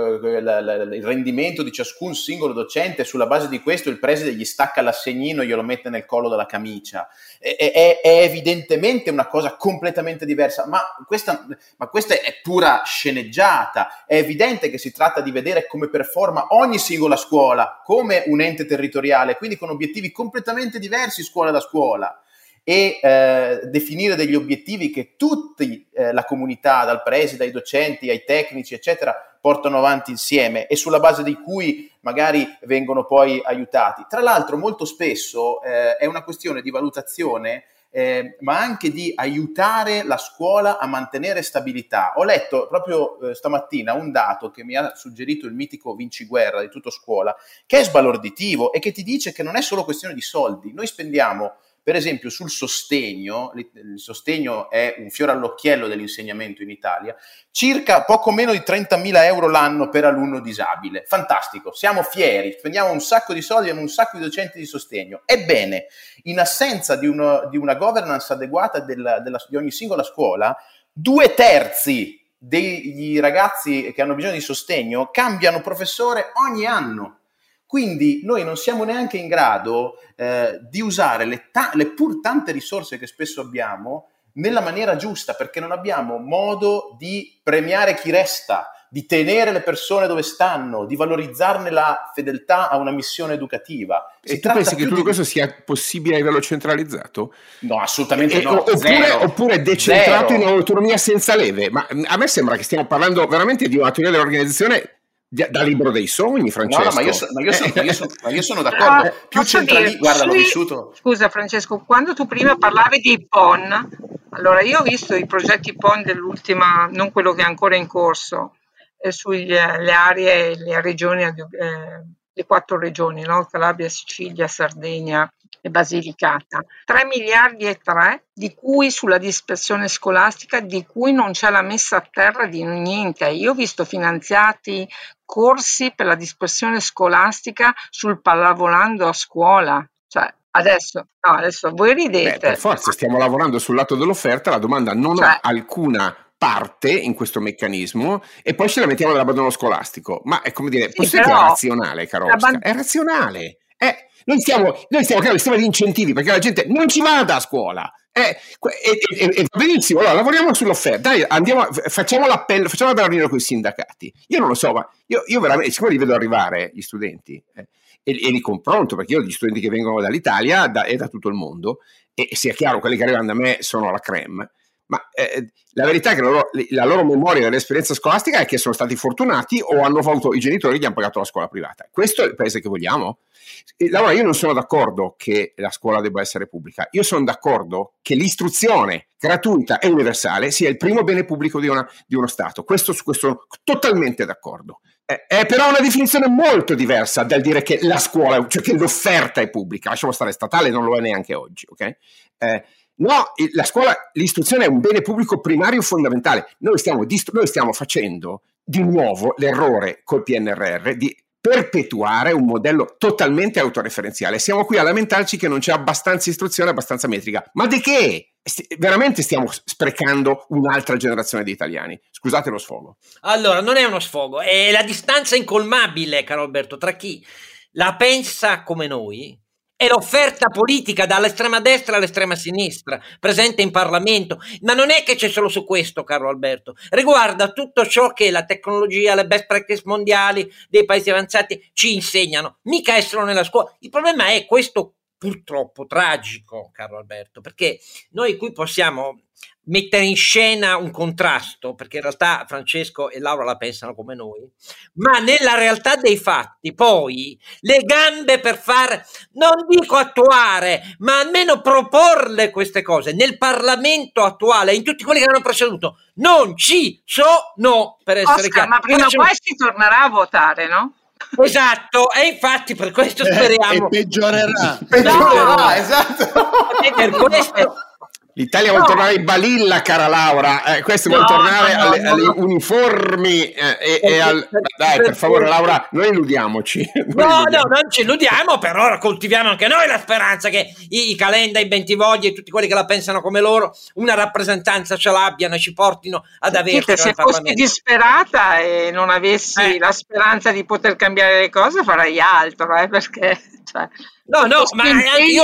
Speaker 5: il rendimento di ciascun singolo docente, sulla base di questo il preside gli stacca l'assegnino e glielo mette nel collo della camicia. È evidentemente una cosa completamente diversa, ma questa è pura sceneggiata. È evidente che si tratta di vedere come performa ogni singola scuola come un ente territoriale, quindi con obiettivi completamente diversi scuola da scuola, e definire degli obiettivi che tutti la comunità, dal preside ai docenti ai tecnici eccetera, portano avanti insieme e sulla base di cui magari vengono poi aiutati. Tra l'altro molto spesso è una questione di valutazione ma anche di aiutare la scuola a mantenere stabilità. Ho letto proprio stamattina un dato che mi ha suggerito il mitico Vinciguerra di Tutto Scuola, che è sbalorditivo e che ti dice che non è solo questione di soldi. Noi spendiamo, per esempio, sul sostegno, il sostegno è un fiore all'occhiello dell'insegnamento in Italia, circa poco meno di 30.000 euro l'anno per alunno disabile. Fantastico, siamo fieri, spendiamo un sacco di soldi, abbiamo un sacco di docenti di sostegno. Ebbene, in assenza di una governance adeguata di ogni singola scuola, 2/3 degli ragazzi che hanno bisogno di sostegno cambiano professore ogni anno. Quindi noi non siamo neanche in grado di usare le pur tante risorse che spesso abbiamo nella maniera giusta, perché non abbiamo modo di premiare chi resta, di tenere le persone dove stanno, di valorizzarne la fedeltà a una missione educativa.
Speaker 2: E tu pensi che tutto questo sia possibile a livello centralizzato?
Speaker 5: No, assolutamente no.
Speaker 2: Oppure decentrato in un'autonomia senza leve? Ma a me sembra che stiamo parlando veramente di una teoria dell'organizzazione da libro dei sogni, Francesco.
Speaker 5: No, ma io sono d'accordo. Più guarda, l'ho vissuto.
Speaker 4: Scusa Francesco, quando tu prima parlavi di PON, allora io ho visto i progetti PON dell'ultima, non quello che è ancora in corso, sulle aree, le regioni, le 4 regioni, no? Calabria, Sicilia, Sardegna e Basilicata. 3 miliardi e 3, di cui sulla dispersione scolastica, di cui non c'è la messa a terra di niente. Io ho visto finanziati corsi per la dispersione scolastica sul pallavolando a scuola. Cioè, adesso voi ridete.
Speaker 2: Per forza, stiamo lavorando sul lato dell'offerta, la domanda non ha alcuna parte in questo meccanismo e poi ce la mettiamo nell'abbandono scolastico. Ma è come dire, posso dire che è razionale, caro Oscar? È razionale. Noi stiamo creando un sistema di incentivi perché la gente non ci vada a scuola. E va benissimo, allora lavoriamo sull'offerta, dai, facciamo l'appello, facciamo la riunione con i sindacati. Io non lo so, ma io veramente, siccome li vedo arrivare gli studenti e li confronto, perché io ho gli studenti che vengono dall'Italia e da tutto il mondo, e sia chiaro, quelli che arrivano da me sono la crème, ma la verità è che la loro memoria dell'esperienza scolastica è che sono stati fortunati o hanno avuto i genitori che gli hanno pagato la scuola privata. Questo è il paese che vogliamo? Allora io non sono d'accordo che la scuola debba essere pubblica, io sono d'accordo che l'istruzione gratuita e universale sia il primo bene pubblico di uno Stato, su questo totalmente d'accordo. È però una definizione molto diversa dal dire che la scuola, cioè che l'offerta è pubblica, lasciamo stare statale, non lo è neanche oggi, ok? No, la scuola, l'istruzione è un bene pubblico primario fondamentale. Noi stiamo facendo di nuovo l'errore col PNRR di perpetuare un modello totalmente autoreferenziale. Siamo qui a lamentarci che non c'è abbastanza istruzione, abbastanza metrica. Ma di che? Veramente stiamo sprecando un'altra generazione di italiani. Scusate lo sfogo.
Speaker 1: Allora, non è uno sfogo, è la distanza incolmabile, caro Alberto, tra chi la pensa come noi e l'offerta politica dall'estrema destra all'estrema sinistra presente in Parlamento. Ma non è che c'è solo su questo, caro Alberto, riguarda tutto ciò che la tecnologia, le best practice mondiali dei paesi avanzati ci insegnano, mica è solo nella scuola. Il problema è questo, purtroppo tragico, caro Alberto, perché noi qui possiamo mettere in scena un contrasto, perché in realtà Francesco e Laura la pensano come noi, ma nella realtà dei fatti poi le gambe per far, non dico attuare, ma almeno proporle queste cose nel Parlamento attuale, in tutti quelli che hanno preceduto, non ci sono, per essere chiaro.
Speaker 4: Ma prima o poi si tornerà a votare, no?
Speaker 1: Esatto, e infatti per questo speriamo
Speaker 3: e peggiorerà,
Speaker 5: esatto.
Speaker 1: Per questo
Speaker 2: l'Italia vuole tornare in balilla, cara Laura, questo vuole tornare alle uniformi dai, per favore Laura, non illudiamoci.
Speaker 1: No, non ci illudiamo, però coltiviamo anche noi la speranza che i Calenda, i Bentivogli e tutti quelli che la pensano come loro una rappresentanza ce l'abbiano e ci portino ad averci.
Speaker 4: Se fossi disperata e non avessi la speranza di poter cambiare le cose, farei altro, perché
Speaker 1: no, ma io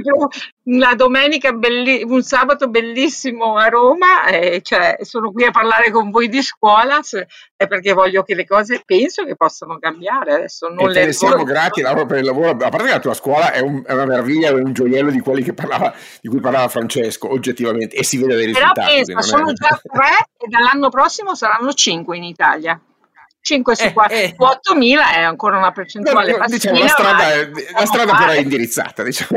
Speaker 4: una domenica un sabato bellissimo a Roma, sono qui a parlare con voi di scuola, è perché voglio che le cose, penso che possano cambiare adesso. Non
Speaker 2: e te ne siamo grati, Laura, per il lavoro. A parte che la tua scuola è una meraviglia, è un gioiello di quelli di cui parlava Francesco, oggettivamente, e si vede dei risultati.
Speaker 4: Però sono già 3 e dall'anno prossimo saranno 5 in Italia. 5 su 4, 8.000 è ancora una percentuale
Speaker 2: diciamo, la strada però è indirizzata, diciamo.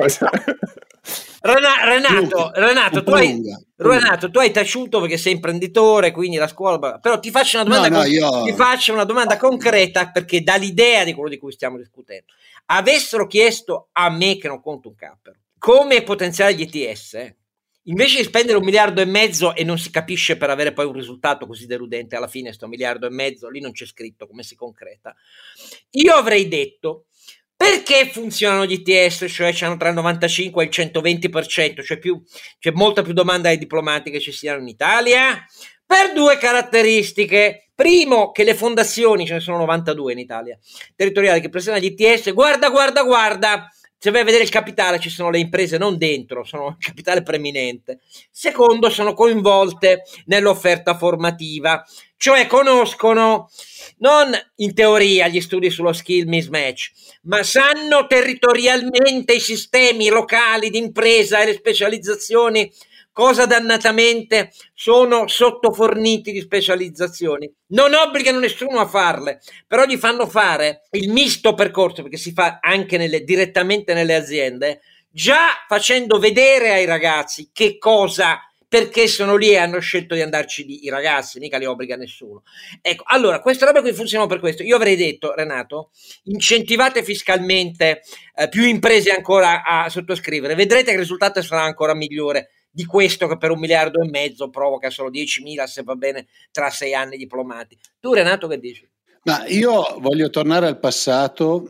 Speaker 1: Renato, tu hai taciuto perché sei imprenditore, quindi la scuola, però ti faccio una domanda ti faccio una domanda concreta, perché dà l'idea di quello di cui stiamo discutendo. Avessero chiesto a me, che non conto un cappero, come potenziare gli ETS, invece di spendere 1,5 miliardi e non si capisce per avere poi un risultato così deludente, alla fine sto 1,5 miliardi, lì non c'è scritto come si concreta, io avrei detto: perché funzionano gli ITS, cioè c'hanno tra il 95 e il 120%, cioè c'è molta più domanda ai diplomati che ci siano in Italia, per due caratteristiche. Primo, che le fondazioni, ce ne sono 92 in Italia, territoriali che presentano gli ITS, guarda, se vai a vedere il capitale ci sono le imprese non dentro, sono il capitale preminente. Secondo, sono coinvolte nell'offerta formativa, cioè conoscono non in teoria gli studi sullo skill mismatch, ma sanno territorialmente i sistemi locali di impresa e le specializzazioni cosa dannatamente sono sottoforniti di specializzazioni. Non obbligano nessuno a farle, però gli fanno fare il misto percorso, perché si fa anche direttamente nelle aziende, già facendo vedere ai ragazzi che cosa, perché sono lì e hanno scelto di andarci i ragazzi, mica li obbliga nessuno. Ecco, allora, queste robe qui funzionano per questo. Io avrei detto, Renato, incentivate fiscalmente più imprese ancora a sottoscrivere, vedrete che il risultato sarà ancora migliore di questo che per 1,5 miliardi provoca solo 10.000, se va bene, tra 6 anni diplomati. Tu, Renato, che dici?
Speaker 3: Ma io voglio tornare al passato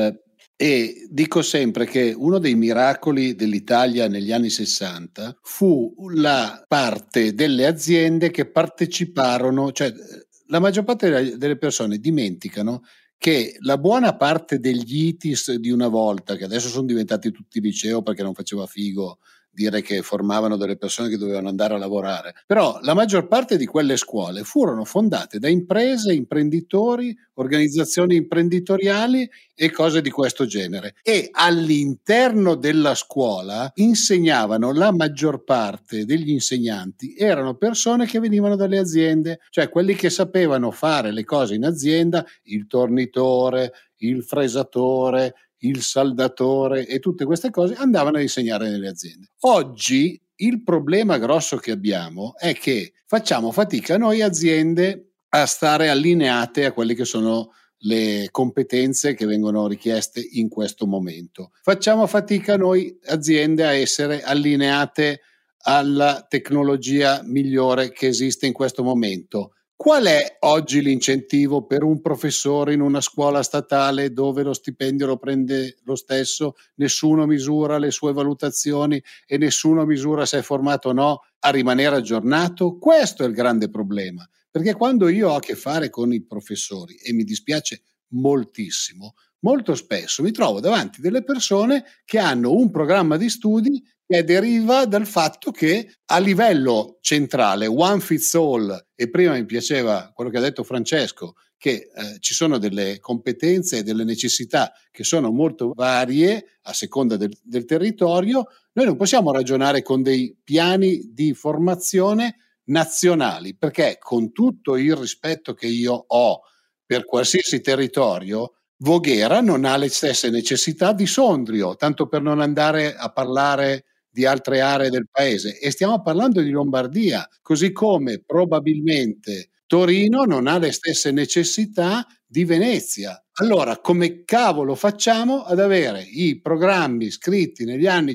Speaker 3: e dico sempre che uno dei miracoli dell'Italia negli anni 60 fu la parte delle aziende che parteciparono, cioè la maggior parte delle persone dimenticano che la buona parte degli ITIS di una volta, che adesso sono diventati tutti liceo perché non faceva figo dire che formavano delle persone che dovevano andare a lavorare, però la maggior parte di quelle scuole furono fondate da imprese, imprenditori, organizzazioni imprenditoriali e cose di questo genere, e all'interno della scuola insegnavano, la maggior parte degli insegnanti erano persone che venivano dalle aziende, cioè quelli che sapevano fare le cose in azienda, il tornitore, il fresatore, il saldatore e tutte queste cose andavano a insegnare nelle aziende. Oggi il problema grosso che abbiamo è che facciamo fatica noi aziende a stare allineate a quelle che sono le competenze che vengono richieste in questo momento. Facciamo fatica noi aziende a essere allineate alla tecnologia migliore che esiste in questo momento. Qual è oggi l'incentivo per un professore in una scuola statale dove lo stipendio lo prende lo stesso, nessuno misura le sue valutazioni e nessuno misura se è formato o no a rimanere aggiornato? Questo è il grande problema, perché quando io ho a che fare con i professori, e mi dispiace moltissimo, molto spesso mi trovo davanti delle persone che hanno un programma di studi che deriva dal fatto che a livello centrale, one fits all, e prima mi piaceva quello che ha detto Francesco, che ci sono delle competenze e delle necessità che sono molto varie a seconda del territorio, noi non possiamo ragionare con dei piani di formazione nazionali, perché con tutto il rispetto che io ho per qualsiasi territorio, Voghera non ha le stesse necessità di Sondrio, tanto per non andare a parlare di altre aree del paese, e stiamo parlando di Lombardia, così come probabilmente Torino non ha le stesse necessità di Venezia. Allora, come cavolo facciamo ad avere i programmi scritti negli anni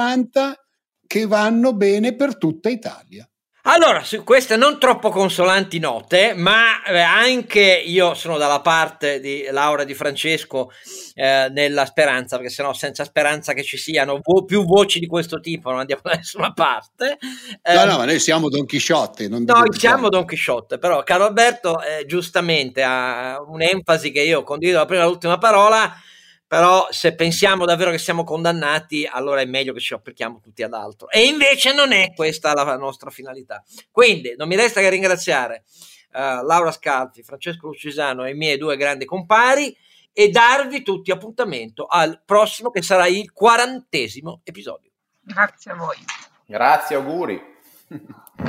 Speaker 3: 50 che vanno bene per tutta Italia?
Speaker 1: Allora, su queste non troppo consolanti note, ma anche io sono dalla parte di Laura e di Francesco nella speranza, perché sennò senza speranza che ci siano più voci di questo tipo non andiamo da nessuna parte.
Speaker 3: No, ma noi siamo Don Chisciotte.
Speaker 1: Noi siamo Don Chisciotte, però Carlo Alberto giustamente ha un'enfasi che io condivido la prima e l'ultima parola. Però se pensiamo davvero che siamo condannati, allora è meglio che ci applichiamo tutti ad altro. E invece non è questa la nostra finalità. Quindi non mi resta che ringraziare Laura Scalzi, Francesco Lucisano e i miei due grandi compari e darvi tutti appuntamento al prossimo, che sarà il 40° episodio.
Speaker 4: Grazie a voi.
Speaker 5: Grazie, auguri.